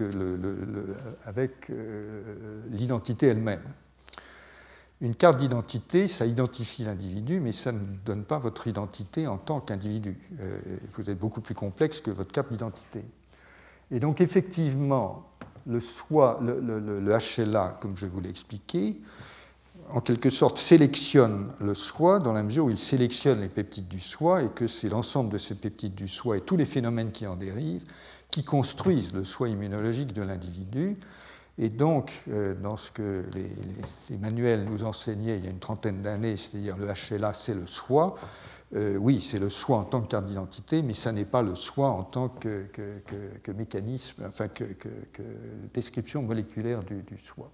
l'identité elle-même. Une carte d'identité, ça identifie l'individu, mais ça ne donne pas votre identité en tant qu'individu. Vous êtes beaucoup plus complexe que votre carte d'identité. Et donc, effectivement, le soi, le HLA, comme je vous l'ai expliqué, en quelque sorte sélectionne le soi dans la mesure où il sélectionne les peptides du soi et que c'est l'ensemble de ces peptides du soi et tous les phénomènes qui en dérivent qui construisent le soi immunologique de l'individu. Et donc, dans ce que les manuels nous enseignaient il y a une trentaine d'années, c'est-à-dire le HLA, c'est le soi, oui, c'est le soi en tant que carte d'identité, mais ça n'est pas le soi en tant que mécanisme, enfin que description moléculaire du soi.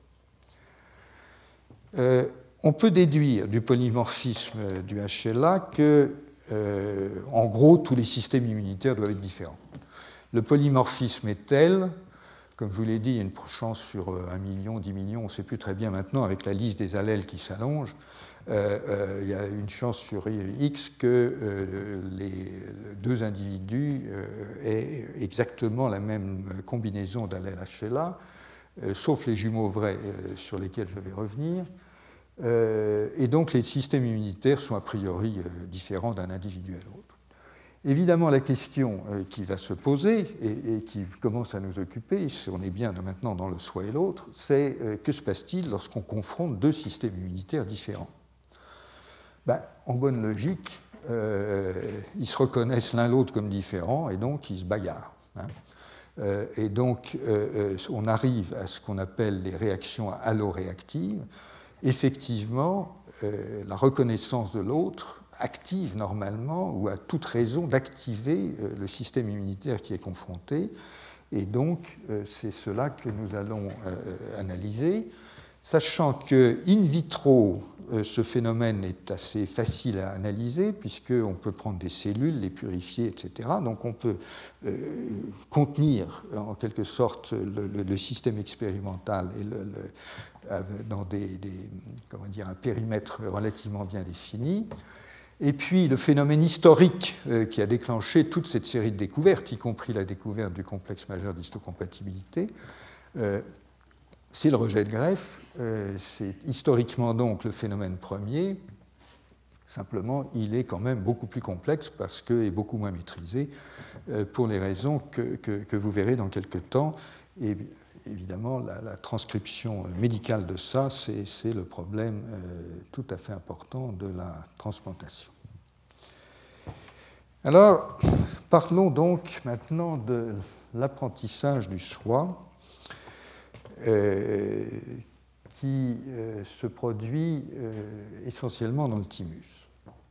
On peut déduire du polymorphisme du HLA que, en gros, tous les systèmes immunitaires doivent être différents. Le polymorphisme est tel, comme je vous l'ai dit, il y a une chance sur 1 million, 10 millions, on ne sait plus très bien maintenant, avec la liste des allèles qui s'allonge, il y a une chance sur X que les deux individus aient exactement la même combinaison d'allèles HLA, sauf les jumeaux vrais sur lesquels je vais revenir. Et donc les systèmes immunitaires sont a priori différents d'un individu à l'autre. Évidemment, la question qui va se poser et qui commence à nous occuper, si on est bien maintenant dans le soi et l'autre, c'est que se passe-t-il lorsqu'on confronte deux systèmes immunitaires différents? En bonne logique, ils se reconnaissent l'un l'autre comme différents et donc ils se bagarrent. Et donc on arrive à ce qu'on appelle les réactions alloréactives. Effectivement, la reconnaissance de l'autre active normalement ou a toute raison d'activer le système immunitaire qui est confronté. Et donc, c'est cela que nous allons analyser, sachant que in vitro, ce phénomène est assez facile à analyser, puisqu'on peut prendre des cellules, les purifier, etc. Donc, on peut contenir, en quelque sorte, le système expérimental dans un périmètre relativement bien défini. Et puis le phénomène historique qui a déclenché toute cette série de découvertes, y compris la découverte du complexe majeur d'histocompatibilité, c'est le rejet de greffe. C'est historiquement donc le phénomène premier. Simplement, il est quand même beaucoup plus complexe et beaucoup moins maîtrisé pour les raisons que vous verrez dans quelques temps. Et évidemment, la transcription médicale de ça, c'est le problème tout à fait important de la transplantation. Alors, parlons donc maintenant de l'apprentissage du soi qui se produit essentiellement dans le thymus.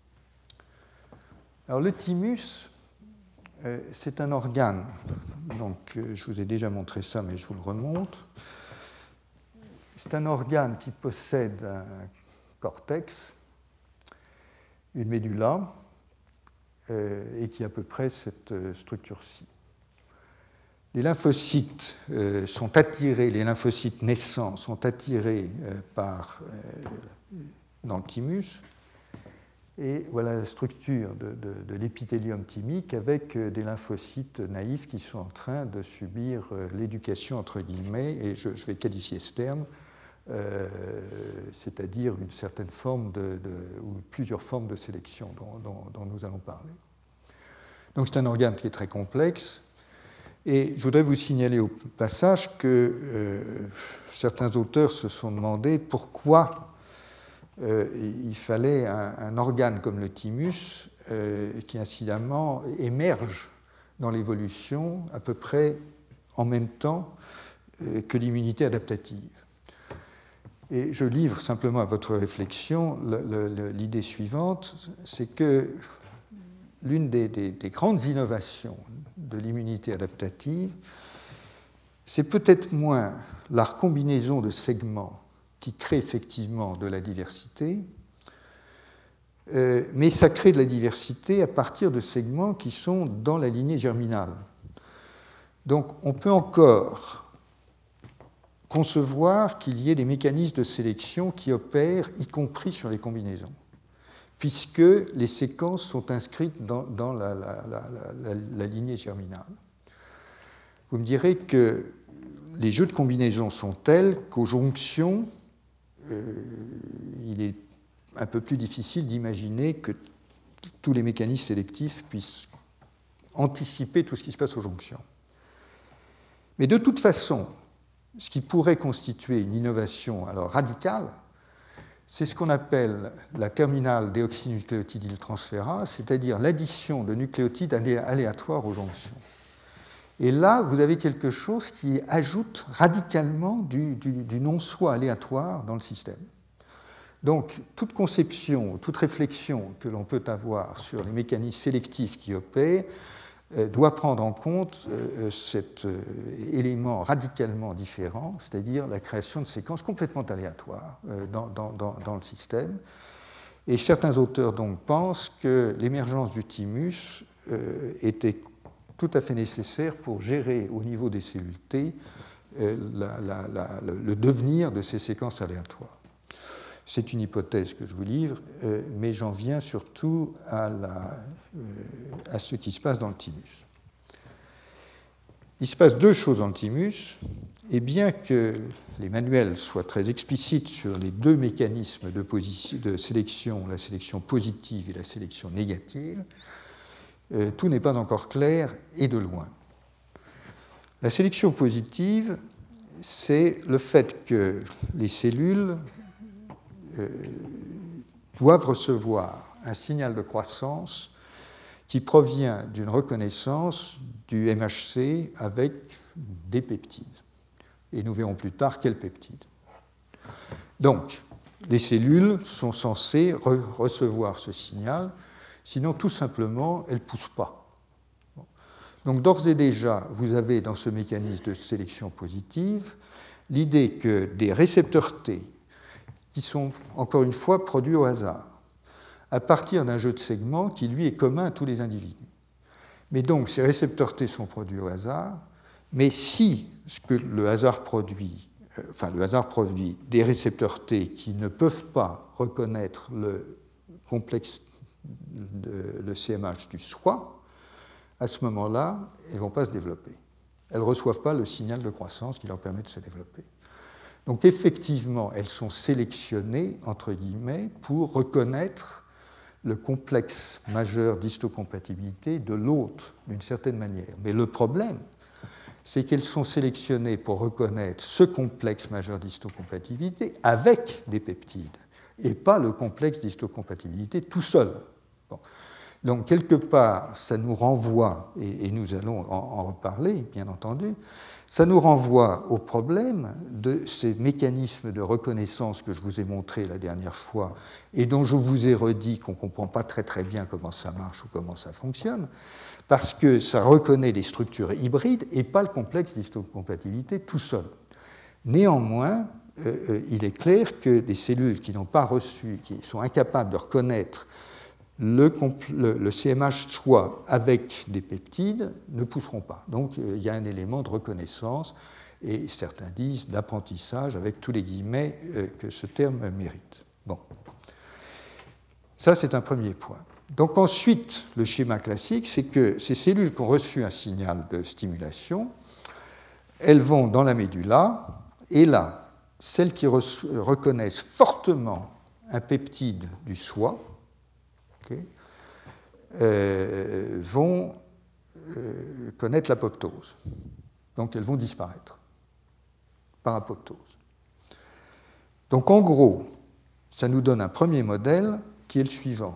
Alors, le thymus, c'est un organe, donc je vous ai déjà montré ça, mais je vous le remonte. C'est un organe qui possède un cortex, une médulla, et qui a à peu près cette structure-ci. Les lymphocytes sont attirés, les lymphocytes naissants sont attirés dans le thymus. Et voilà la structure de l'épithélium thymique avec des lymphocytes naïfs qui sont en train de subir l'éducation, entre guillemets, et je vais qualifier ce terme, c'est-à-dire une certaine forme ou plusieurs formes de sélection dont nous allons parler. Donc c'est un organe qui est très complexe, et je voudrais vous signaler au passage que certains auteurs se sont demandé pourquoi il fallait un organe comme le thymus qui incidemment émerge dans l'évolution à peu près en même temps que l'immunité adaptative. Et je livre simplement à votre réflexion l'idée suivante, c'est que l'une des grandes innovations de l'immunité adaptative, c'est peut-être moins la recombinaison de segments qui crée effectivement de la diversité, mais ça crée de la diversité à partir de segments qui sont dans la lignée germinale. Donc on peut encore concevoir qu'il y ait des mécanismes de sélection qui opèrent, y compris sur les combinaisons, puisque les séquences sont inscrites dans la lignée germinale. Vous me direz que les jeux de combinaisons sont tels qu'aux jonctions, il est un peu plus difficile d'imaginer que tous les mécanismes sélectifs puissent anticiper tout ce qui se passe aux jonctions. Mais de toute façon, ce qui pourrait constituer une innovation alors radicale, c'est ce qu'on appelle la terminale déoxynucléotidyltransférase, c'est-à-dire l'addition de nucléotides aléatoires aux jonctions. Et là, vous avez quelque chose qui ajoute radicalement du non-soi aléatoire dans le système. Donc, toute conception, toute réflexion que l'on peut avoir sur les mécanismes sélectifs qui opèrent doit prendre en compte cet élément radicalement différent, c'est-à-dire la création de séquences complètement aléatoires dans le système. Et certains auteurs donc pensent que l'émergence du thymus était tout à fait nécessaire pour gérer au niveau des cellules T le devenir de ces séquences aléatoires. C'est une hypothèse que je vous livre, mais j'en viens surtout à ce qui se passe dans le thymus. Il se passe deux choses dans le thymus, et bien que les manuels soient très explicites sur les deux mécanismes de sélection, la sélection positive et la sélection négative, tout n'est pas encore clair et de loin. La sélection positive, c'est le fait que les cellules doivent recevoir un signal de croissance qui provient d'une reconnaissance du MHC avec des peptides. Et nous verrons plus tard quels peptides. Donc, les cellules sont censées recevoir ce signal, sinon tout simplement, elles ne poussent pas. Donc d'ores et déjà, vous avez dans ce mécanisme de sélection positive l'idée que des récepteurs T, qui sont encore une fois produits au hasard, à partir d'un jeu de segments qui lui est commun à tous les individus. Mais donc ces récepteurs T sont produits au hasard, mais si ce que le hasard produit des récepteurs T qui ne peuvent pas reconnaître le complexe, le CMH du soi, à ce moment-là, elles ne vont pas se développer. Elles ne reçoivent pas le signal de croissance qui leur permet de se développer. Donc effectivement, elles sont sélectionnées, entre guillemets, pour reconnaître le complexe majeur d'histocompatibilité de l'hôte, d'une certaine manière. Mais le problème, c'est qu'elles sont sélectionnées pour reconnaître ce complexe majeur d'histocompatibilité avec des peptides, et pas le complexe d'histocompatibilité tout seul. Bon. Donc, quelque part, ça nous renvoie, et nous allons en reparler, bien entendu, ça nous renvoie au problème de ces mécanismes de reconnaissance que je vous ai montrés la dernière fois, et dont je vous ai redit qu'on ne comprend pas très très bien comment ça marche ou comment ça fonctionne, parce que ça reconnaît des structures hybrides et pas le complexe d'histocompatibilité tout seul. Néanmoins, il est clair que des cellules qui n'ont pas reçu, qui sont incapables de reconnaître le CMH soit avec des peptides ne pousseront pas. Donc il y a un élément de reconnaissance, et certains disent d'apprentissage, avec tous les guillemets que ce terme mérite. Bon. Ça, c'est un premier point. Donc ensuite, le schéma classique, c'est que ces cellules qui ont reçu un signal de stimulation, elles vont dans la médulla, et là, celles qui reconnaissent fortement un peptide du soi, vont connaître l'apoptose. Donc elles vont disparaître par apoptose. Donc en gros, ça nous donne un premier modèle qui est le suivant.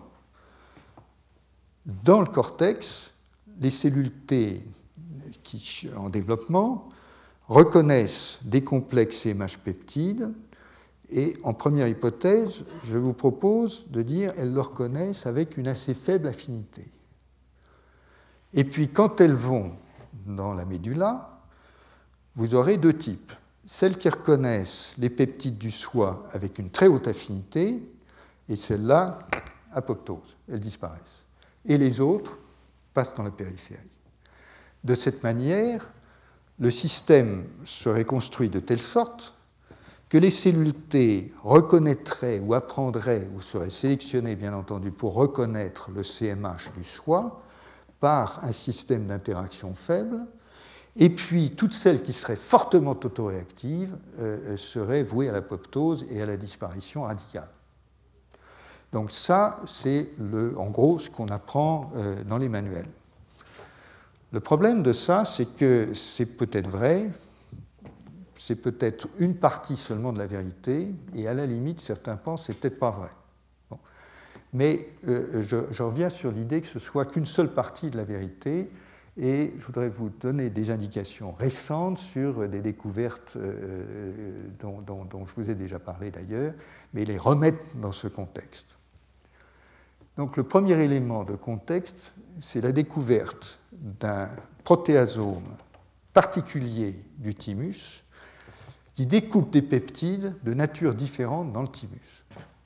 Dans le cortex, les cellules T qui, en développement reconnaissent des complexes CMH peptides. Et en première hypothèse, je vous propose de dire qu'elles le reconnaissent avec une assez faible affinité. Et puis, quand elles vont dans la médulla, vous aurez deux types. Celles qui reconnaissent les peptides du soi avec une très haute affinité, et celles-là, apoptose, elles disparaissent. Et les autres passent dans la périphérie. De cette manière, le système serait construit de telle sorte que les cellules T reconnaîtraient ou apprendraient, ou seraient sélectionnées bien entendu pour reconnaître le CMH du soi par un système d'interaction faible, et puis toutes celles qui seraient fortement autoréactives seraient vouées à l'apoptose et à la disparition radicale. Donc ça, c'est en gros ce qu'on apprend dans les manuels. Le problème de ça, c'est que c'est peut-être vrai, c'est peut-être une partie seulement de la vérité, et à la limite, certains pensent que c'est peut-être pas vrai. Bon. Mais je reviens sur l'idée que ce soit qu'une seule partie de la vérité, et je voudrais vous donner des indications récentes sur des découvertes dont je vous ai déjà parlé d'ailleurs, mais les remettre dans ce contexte. Donc le premier élément de contexte, c'est la découverte d'un protéasome particulier du thymus, qui découpe des peptides de nature différente dans le thymus.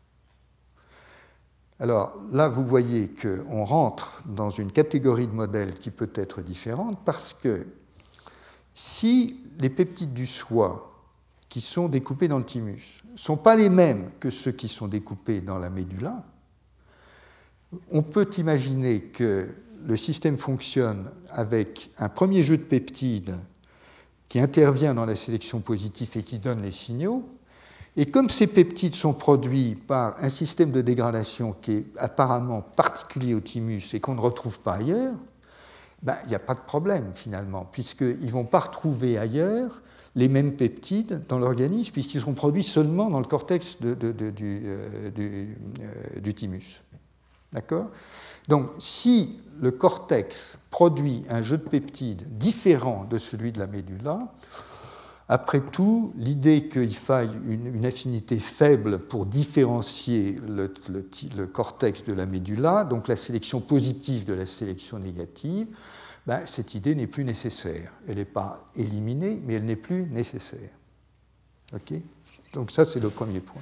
Alors là, vous voyez qu'on rentre dans une catégorie de modèles qui peut être différente parce que si les peptides du soi qui sont découpés dans le thymus ne sont pas les mêmes que ceux qui sont découpés dans la médulla, on peut imaginer que le système fonctionne avec un premier jeu de peptides qui intervient dans la sélection positive et qui donne les signaux, Et comme ces peptides sont produits par un système de dégradation qui est apparemment particulier au thymus et qu'on ne retrouve pas ailleurs, il n'y a pas de problème finalement, puisqu'ils ne vont pas retrouver ailleurs les mêmes peptides dans l'organisme, puisqu'ils seront produits seulement dans le cortex du thymus. D'accord ? Donc, si le cortex produit un jeu de peptides différent de celui de la médula, après tout, l'idée qu'il faille une affinité faible pour différencier le cortex de la médula, donc la sélection positive de la sélection négative, cette idée n'est plus nécessaire. Elle n'est pas éliminée, mais elle n'est plus nécessaire. Okay ? Donc ça, c'est le premier point.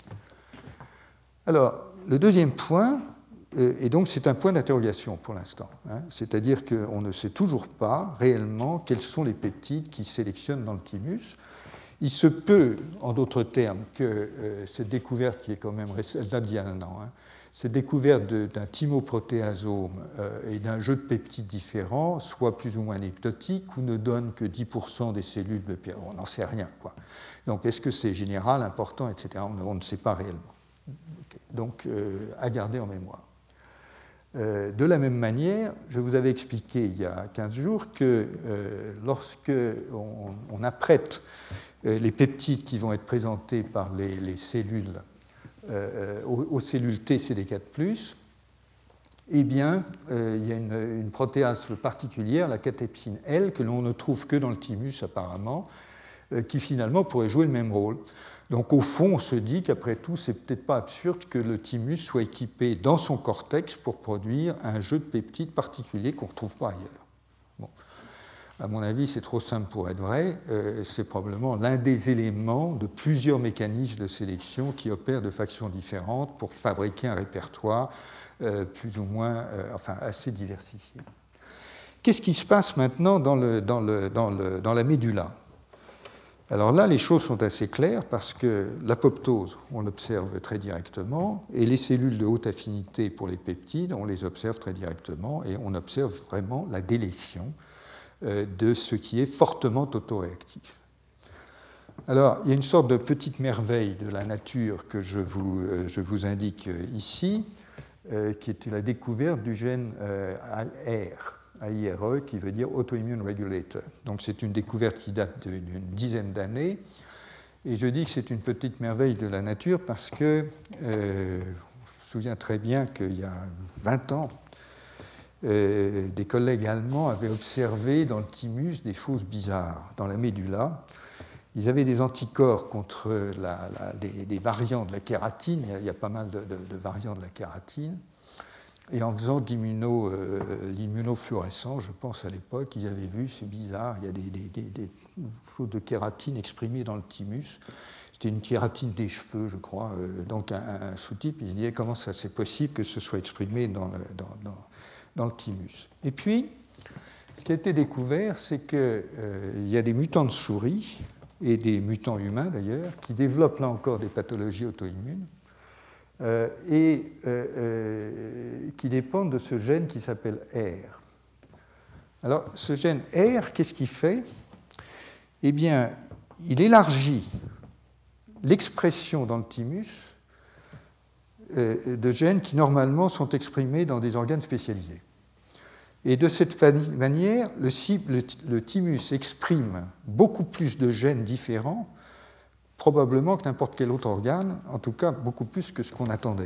Alors, le deuxième point, et donc c'est un point d'interrogation pour l'instant, hein, c'est-à-dire qu'on ne sait toujours pas réellement quels sont les peptides qui sélectionnent dans le thymus. Il se peut, en d'autres termes, que cette découverte qui est quand même, elle date d'il y a un an, hein, cette découverte d'un thymoprotéasome et d'un jeu de peptides différents soit plus ou moins anecdotique ou ne donne que 10% des cellules de Pierre. On n'en sait rien, quoi. Donc est-ce que c'est général, important, etc. On ne sait pas réellement. Okay. Donc à garder en mémoire. De la même manière, je vous avais expliqué il y a 15 jours que lorsque on apprête les peptides qui vont être présentés par les cellules aux cellules T CD4+, eh bien, il y a une protéase particulière, la catepsine L, que l'on ne trouve que dans le thymus apparemment, qui finalement pourrait jouer le même rôle. Donc au fond, on se dit qu'après tout, c'est peut-être pas absurde que le thymus soit équipé dans son cortex pour produire un jeu de peptides particulier qu'on ne retrouve pas ailleurs. Bon. À mon avis, c'est trop simple pour être vrai. C'est probablement l'un des éléments de plusieurs mécanismes de sélection qui opèrent de façon différente pour fabriquer un répertoire plus ou moins assez diversifié. Qu'est-ce qui se passe maintenant dans la médula ? Alors là, les choses sont assez claires parce que l'apoptose, on l'observe très directement, et les cellules de haute affinité pour les peptides, on les observe très directement, et on observe vraiment la délétion de ce qui est fortement autoréactif. Alors, il y a une sorte de petite merveille de la nature que je vous indique ici, qui est la découverte du gène AIRE, qui veut dire Autoimmune Regulator. Donc c'est une découverte qui date d'une dizaine d'années. Et je dis que c'est une petite merveille de la nature parce que je me souviens très bien qu'il y a 20 ans, des collègues allemands avaient observé dans le thymus des choses bizarres. Dans la médula, ils avaient des anticorps contre des variants de la kératine. Il y a pas mal de variants de la kératine. Et en faisant de l'immunofluorescence, je pense à l'époque, ils avaient vu, c'est bizarre, il y a des choses de kératine exprimées dans le thymus. C'était une kératine des cheveux, je crois, donc un sous-type. Ils se disaient comment ça c'est possible que ce soit exprimé dans le thymus. Et puis, ce qui a été découvert, c'est qu'il y a des mutants de souris, et des mutants humains d'ailleurs, qui développent là encore des pathologies auto-immunes, et qui dépendent de ce gène qui s'appelle R. Alors, ce gène R, qu'est-ce qu'il fait ? Eh bien, il élargit l'expression dans le thymus de gènes qui, normalement, sont exprimés dans des organes spécialisés. Et de cette manière, le thymus exprime beaucoup plus de gènes différents, probablement que n'importe quel autre organe, en tout cas beaucoup plus que ce qu'on attendait.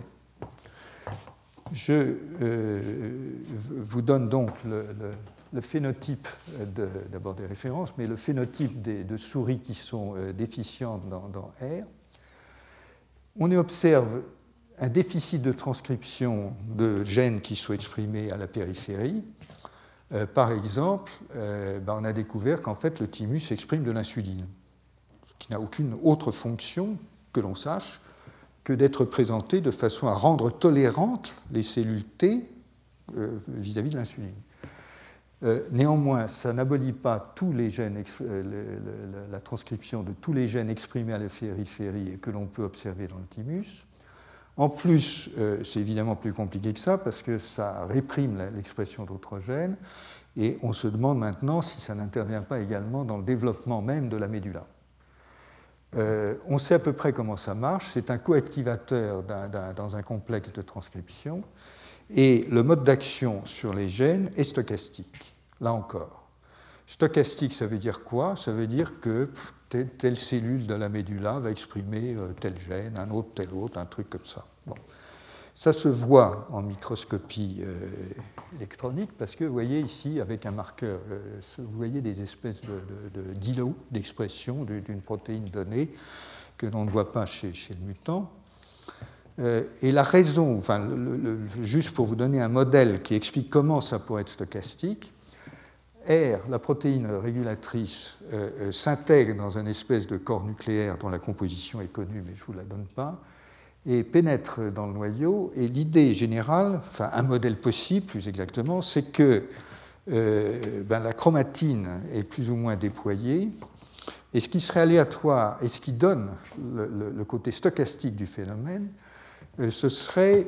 Je vous donne donc le phénotype, d'abord des références, mais le phénotype de souris qui sont déficientes dans R. On y observe un déficit de transcription de gènes qui sont exprimés à la périphérie. Par exemple, on a découvert qu'en fait le thymus exprime de l'insuline, qui n'a aucune autre fonction, que l'on sache, que d'être présenté de façon à rendre tolérantes les cellules T vis-à-vis de l'insuline. Néanmoins, ça n'abolit pas tous les gènes, la transcription de tous les gènes exprimés à la périphérie et que l'on peut observer dans le thymus. En plus, c'est évidemment plus compliqué que ça parce que ça réprime l'expression d'autres gènes et on se demande maintenant si ça n'intervient pas également dans le développement même de la médula. On sait à peu près comment ça marche. C'est un coactivateur dans un complexe de transcription. Et le mode d'action sur les gènes est stochastique, là encore. Stochastique, ça veut dire quoi? Ça veut dire que telle cellule de la médula va exprimer tel gène, un autre, tel autre, un truc comme ça. Bon. Ça se voit en microscopie électronique parce que vous voyez ici, avec un marqueur, vous voyez des espèces d'îlots d'expression d'une protéine donnée que l'on ne voit pas chez le mutant. Et la raison, enfin, juste pour vous donner un modèle qui explique comment ça pourrait être stochastique, R, la protéine régulatrice, s'intègre dans une espèce de corps nucléaire dont la composition est connue, mais je ne vous la donne pas, et pénètre dans le noyau. Et l'idée générale, enfin un modèle possible plus exactement, c'est que la chromatine est plus ou moins déployée, et ce qui serait aléatoire et ce qui donne le côté stochastique du phénomène, ce serait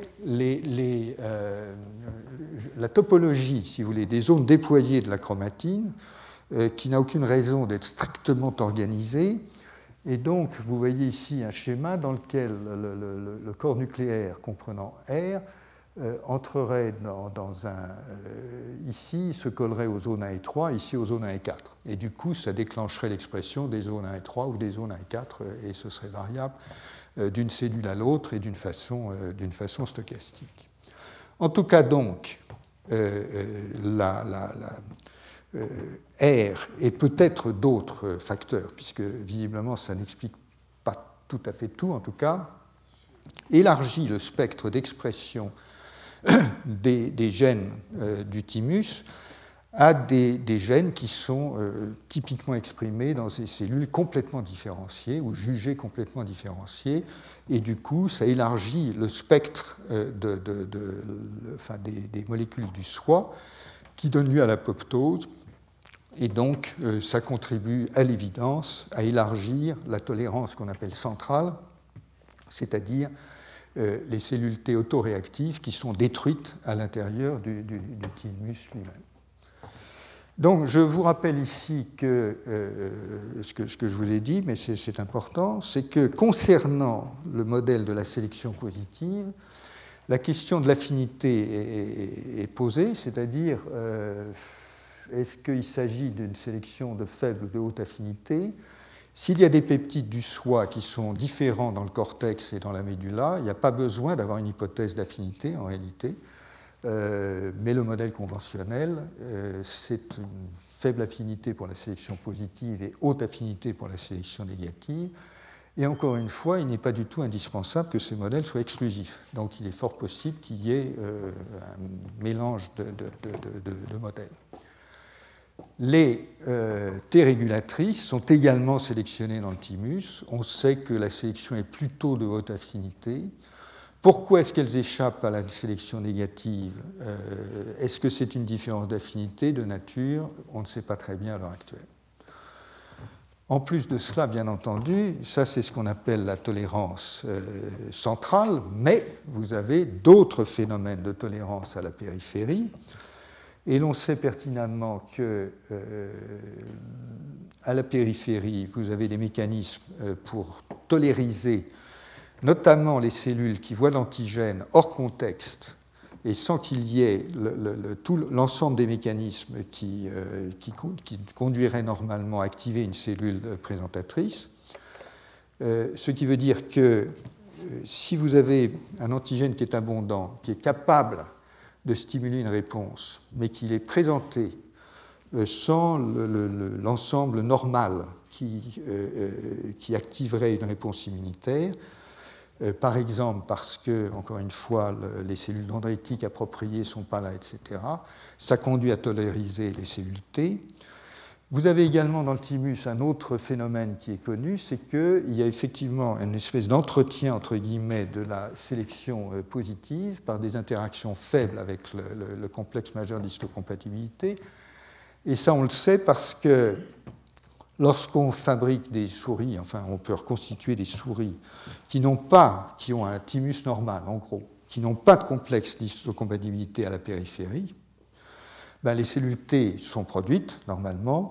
la topologie, si vous voulez, des zones déployées de la chromatine, qui n'a aucune raison d'être strictement organisée. Et donc, vous voyez ici un schéma dans lequel le corps nucléaire comprenant R entrerait ici, se collerait aux zones 1 et 3, ici aux zones 1 et 4. Et du coup, ça déclencherait l'expression des zones 1 et 3 ou des zones 1 et 4, et ce serait variable d'une cellule à l'autre et d'une façon stochastique. En tout cas, donc, R et peut-être d'autres facteurs, puisque visiblement ça n'explique pas tout à fait tout, en tout cas, élargit le spectre d'expression des gènes du thymus à des gènes qui sont typiquement exprimés dans ces cellules complètement différenciées ou jugées complètement différenciées, et du coup ça élargit le spectre des molécules du soi qui donnent lieu à l'apoptose. Et donc, ça contribue à l'évidence à élargir la tolérance qu'on appelle centrale, c'est-à-dire les cellules T autoréactives qui sont détruites à l'intérieur du thymus lui-même. Donc, je vous rappelle ici que ce que je vous ai dit, mais c'est important, c'est que concernant le modèle de la sélection positive, la question de l'affinité est posée, c'est-à-dire est-ce qu'il s'agit d'une sélection de faible ou de haute affinité? S'il y a des peptides du soi qui sont différents dans le cortex et dans la médula, il n'y a pas besoin d'avoir une hypothèse d'affinité en réalité, mais le modèle conventionnel, c'est une faible affinité pour la sélection positive et haute affinité pour la sélection négative. Et encore une fois, il n'est pas du tout indispensable que ces modèles soient exclusifs. Donc il est fort possible qu'il y ait un mélange de modèles. Les T régulatrices sont également sélectionnées dans le thymus. On sait que la sélection est plutôt de haute affinité. Pourquoi est-ce qu'elles échappent à la sélection négative? Est-ce que c'est une différence d'affinité, de nature? On ne sait pas très bien à l'heure actuelle. En plus de cela, bien entendu, ça c'est ce qu'on appelle la tolérance centrale, mais vous avez d'autres phénomènes de tolérance à la périphérie. Et l'on sait pertinemment qu'à la périphérie, vous avez des mécanismes pour tolériser notamment les cellules qui voient l'antigène hors contexte et sans qu'il y ait tout l'ensemble des mécanismes qui conduiraient normalement à activer une cellule présentatrice. Ce qui veut dire que si vous avez un antigène qui est abondant, qui est capable de stimuler une réponse, mais qu'il est présenté sans l'ensemble normal qui activerait une réponse immunitaire, par exemple parce que, encore une fois, les cellules dendritiques appropriées ne sont pas là, etc., ça conduit à tolériser les cellules T. Vous avez également dans le thymus un autre phénomène qui est connu, c'est qu'il y a effectivement une espèce d'entretien, entre guillemets, de la sélection positive par des interactions faibles avec le complexe majeur d'histocompatibilité. Et ça, on le sait parce que lorsqu'on fabrique des souris, enfin, on peut reconstituer des souris qui ont un thymus normal, en gros, qui n'ont pas de complexe d'histocompatibilité à la périphérie, ben, les cellules T sont produites, normalement,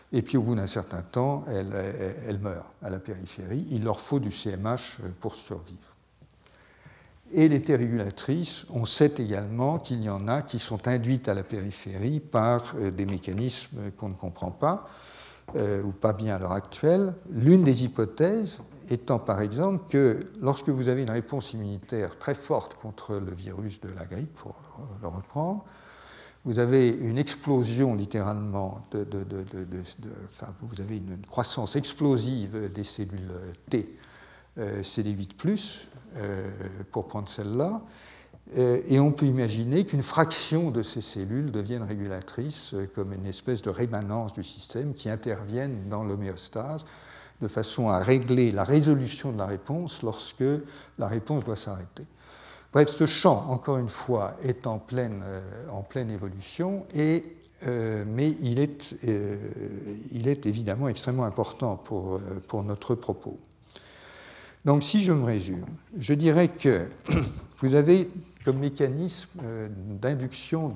et puis au bout d'un certain temps, elles meurent à la périphérie. Il leur faut du CMH pour survivre. Et les T régulatrices, on sait également qu'il y en a qui sont induites à la périphérie par des mécanismes qu'on ne comprend pas, ou pas bien à l'heure actuelle. L'une des hypothèses étant par exemple que lorsque vous avez une réponse immunitaire très forte contre le virus de la grippe, pour le reprendre, vous avez une explosion littéralement, vous avez une croissance explosive des cellules T, CD8+, pour prendre celle-là, et on peut imaginer qu'une fraction de ces cellules deviennent régulatrices comme une espèce de rémanence du système qui interviennent dans l'homéostase de façon à régler la résolution de la réponse lorsque la réponse doit s'arrêter. Bref, ce champ, encore une fois, est en pleine évolution, mais il est évidemment extrêmement important pour notre propos. Donc, si je me résume, je dirais que vous avez comme mécanisme d'induction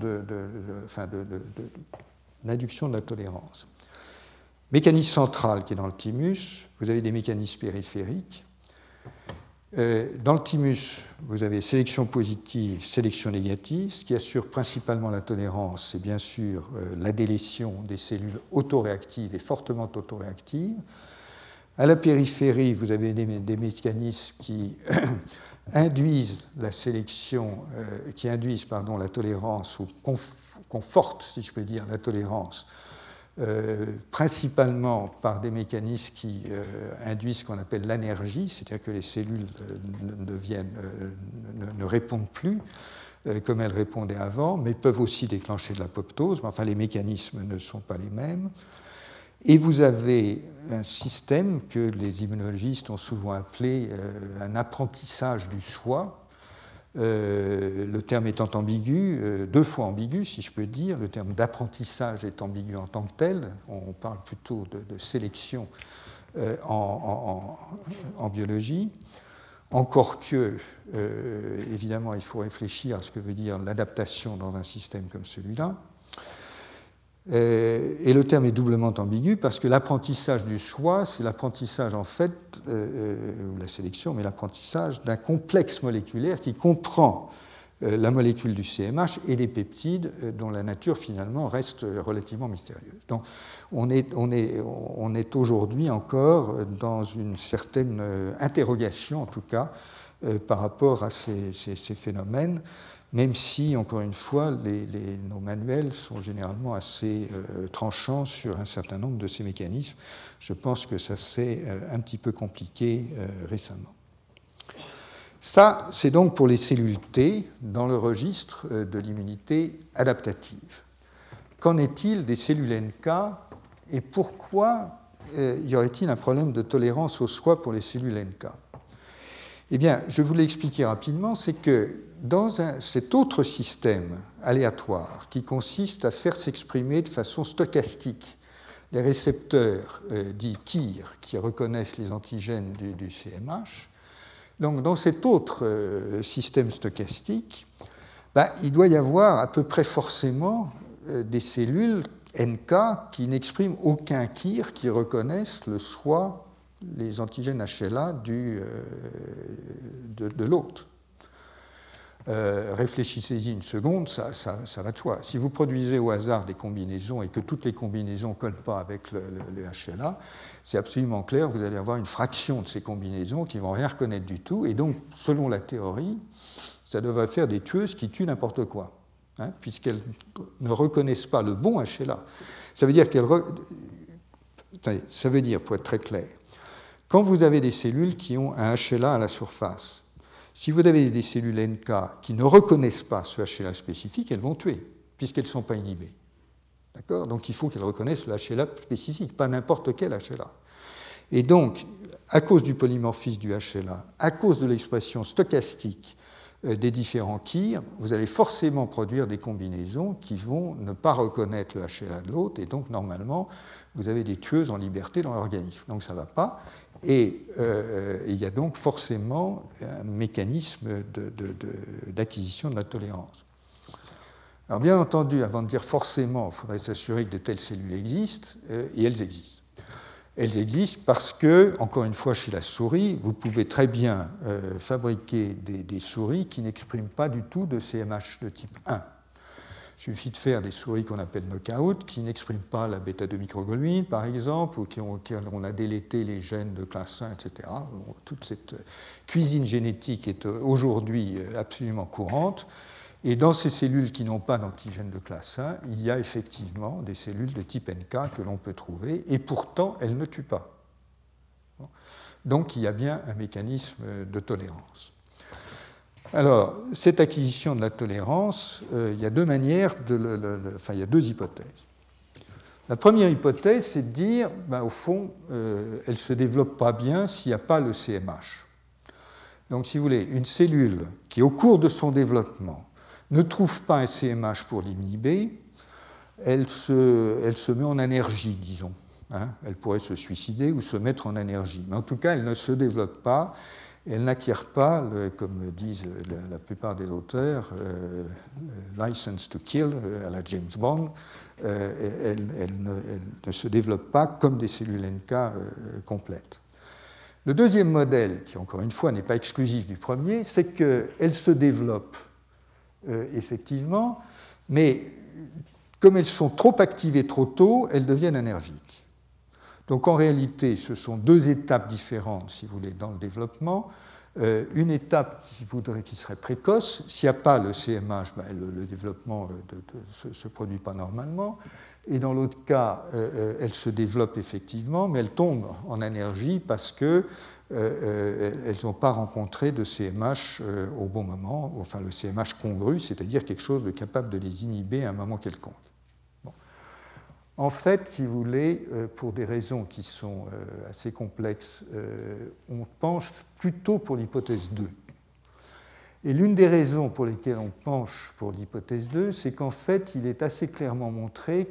d'induction de la tolérance. Mécanisme central qui est dans le thymus, vous avez des mécanismes périphériques. Dans le thymus, vous avez sélection positive, sélection négative. Ce qui assure principalement la tolérance, c'est bien sûr la délétion des cellules autoréactives et fortement autoréactives. À la périphérie, vous avez des mécanismes qui induisent la sélection, la tolérance, ou confortent, si je peux dire, la tolérance, principalement par des mécanismes qui induisent ce qu'on appelle l'anergie, c'est-à-dire que les cellules ne répondent plus comme elles répondaient avant, mais peuvent aussi déclencher de l'apoptose, mais enfin les mécanismes ne sont pas les mêmes. Et vous avez un système que les immunologistes ont souvent appelé un apprentissage du soi. Le terme étant ambigu, deux fois ambigu, si je peux dire. Le terme d'apprentissage est ambigu en tant que tel. On parle plutôt de sélection en biologie. Encore que, évidemment, il faut réfléchir à ce que veut dire l'adaptation dans un système comme celui-là. Et le terme est doublement ambigu parce que l'apprentissage du soi, c'est l'apprentissage en fait, ou la sélection, mais l'apprentissage d'un complexe moléculaire qui comprend la molécule du CMH et les peptides dont la nature finalement reste relativement mystérieuse. Donc on est aujourd'hui encore dans une certaine interrogation, en tout cas, par rapport à ces phénomènes, même si, encore une fois, nos manuels sont généralement assez tranchants sur un certain nombre de ces mécanismes. Je pense que ça s'est un petit peu compliqué récemment. Ça, c'est donc pour les cellules T dans le registre de l'immunité adaptative. Qu'en est-il des cellules NK et pourquoi y aurait-il un problème de tolérance au soi pour les cellules NK ? Eh bien, je vous l'ai expliqué rapidement, c'est que dans cet autre système aléatoire qui consiste à faire s'exprimer de façon stochastique les récepteurs dits KIR qui reconnaissent les antigènes du CMH, donc dans cet autre système stochastique, il doit y avoir à peu près forcément des cellules NK qui n'expriment aucun KIR qui reconnaissent le soi, les antigènes HLA de l'hôte. Réfléchissez-y une seconde, ça va de soi. Si vous produisez au hasard des combinaisons et que toutes les combinaisons ne collent pas avec le HLA, c'est absolument clair, vous allez avoir une fraction de ces combinaisons qui ne vont rien reconnaître du tout, et donc, selon la théorie, ça devrait faire des tueuses qui tuent n'importe quoi, puisqu'elles ne reconnaissent pas le bon HLA. Ça veut dire, pour être très clair, quand vous avez des cellules qui ont un HLA à la surface, si vous avez des cellules NK qui ne reconnaissent pas ce HLA spécifique, elles vont tuer, puisqu'elles ne sont pas inhibées. D'accord ? Donc il faut qu'elles reconnaissent le HLA spécifique, pas n'importe quel HLA. Et donc, à cause du polymorphisme du HLA, à cause de l'expression stochastique des différents KIR, vous allez forcément produire des combinaisons qui vont ne pas reconnaître le HLA de l'autre, et donc normalement, vous avez des tueuses en liberté dans l'organisme. Donc ça ne va pas. Et il y a donc forcément un mécanisme d'acquisition de la tolérance. Alors bien entendu, avant de dire forcément, il faudrait s'assurer que de telles cellules existent, et elles existent. Elles existent parce que, encore une fois, chez la souris, vous pouvez très bien fabriquer des souris qui n'expriment pas du tout de CMH de type 1. Il suffit de faire des souris qu'on appelle knockout, qui n'expriment pas la bêta-2 microglobuline, par exemple, ou on a délété les gènes de classe 1, etc. Toute cette cuisine génétique est aujourd'hui absolument courante. Et dans ces cellules qui n'ont pas d'antigène de classe 1, il y a effectivement des cellules de type NK que l'on peut trouver, et pourtant elles ne tuent pas. Donc il y a bien un mécanisme de tolérance. Alors, cette acquisition de la tolérance, il y a deux manières, il y a deux hypothèses. La première hypothèse, c'est de dire, au fond, elle ne se développe pas bien s'il n'y a pas le CMH. Donc, si vous voulez, une cellule qui, au cours de son développement, ne trouve pas un CMH pour l'inhiber, elle se met en énergie, disons. Elle pourrait se suicider ou se mettre en énergie. Mais en tout cas, elle ne se développe pas. Elle n'acquiert pas, comme disent la plupart des auteurs, license to kill à la James Bond. Elle ne se développe pas comme des cellules NK complètes. Le deuxième modèle, qui encore une fois n'est pas exclusif du premier, c'est qu'elle se développe effectivement, mais comme elles sont trop activées trop tôt, elles deviennent énergiques. Donc en réalité, ce sont deux étapes différentes, si vous voulez, dans le développement. Une étape qui serait précoce, s'il n'y a pas le CMH, le développement ne se produit pas normalement. Et dans l'autre cas, elle se développe effectivement, mais elle tombe en énergie parce qu'elles n'ont pas rencontré de CMH au bon moment, enfin le CMH congru, c'est-à-dire quelque chose de capable de les inhiber à un moment quelconque. En fait, si vous voulez, pour des raisons qui sont assez complexes, on penche plutôt pour l'hypothèse 2. Et l'une des raisons pour lesquelles on penche pour l'hypothèse 2, c'est qu'en fait, il est assez clairement montré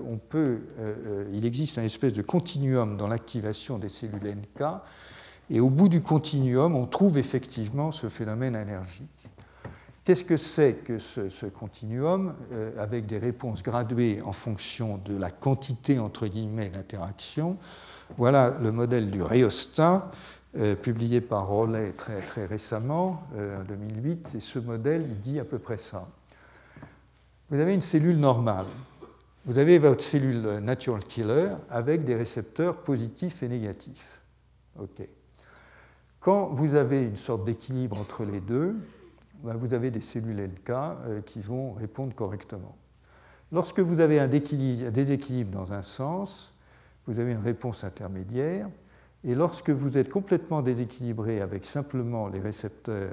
qu'il existe une espèce de continuum dans l'activation des cellules NK, et au bout du continuum, on trouve effectivement ce phénomène énergique. Qu'est-ce que c'est que ce continuum avec des réponses graduées en fonction de la quantité, entre guillemets, d'interaction? Voilà le modèle du rhéostat, publié par Rowley très, très récemment, en 2008, et ce modèle, il dit à peu près ça. Vous avez une cellule normale. Vous avez votre cellule natural killer avec des récepteurs positifs et négatifs. OK. Quand vous avez une sorte d'équilibre entre les deux, vous avez des cellules NK qui vont répondre correctement. Lorsque vous avez un déséquilibre dans un sens, vous avez une réponse intermédiaire, et lorsque vous êtes complètement déséquilibré avec simplement les récepteurs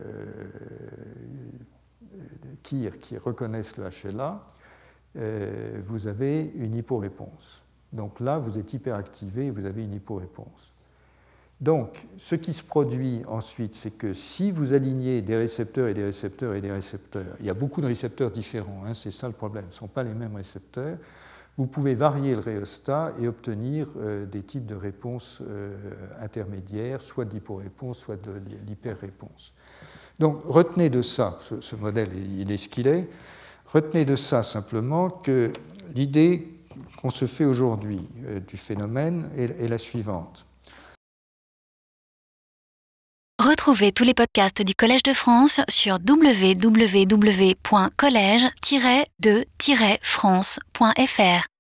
qui reconnaissent le HLA, vous avez une hyporéponse. Donc là, vous êtes hyperactivé et vous avez une hyporéponse. Donc, ce qui se produit ensuite, c'est que si vous alignez des récepteurs et des récepteurs et des récepteurs, il y a beaucoup de récepteurs différents, c'est ça le problème, ce ne sont pas les mêmes récepteurs, vous pouvez varier le rhéostat et obtenir des types de réponses intermédiaires, soit de l'hyporéponse, soit de l'hyperréponse. Donc, retenez de ça, ce modèle, il est ce qu'il est, retenez de ça simplement que l'idée qu'on se fait aujourd'hui du phénomène est la suivante. Retrouvez tous les podcasts du Collège de France sur www.collège-de-france.fr.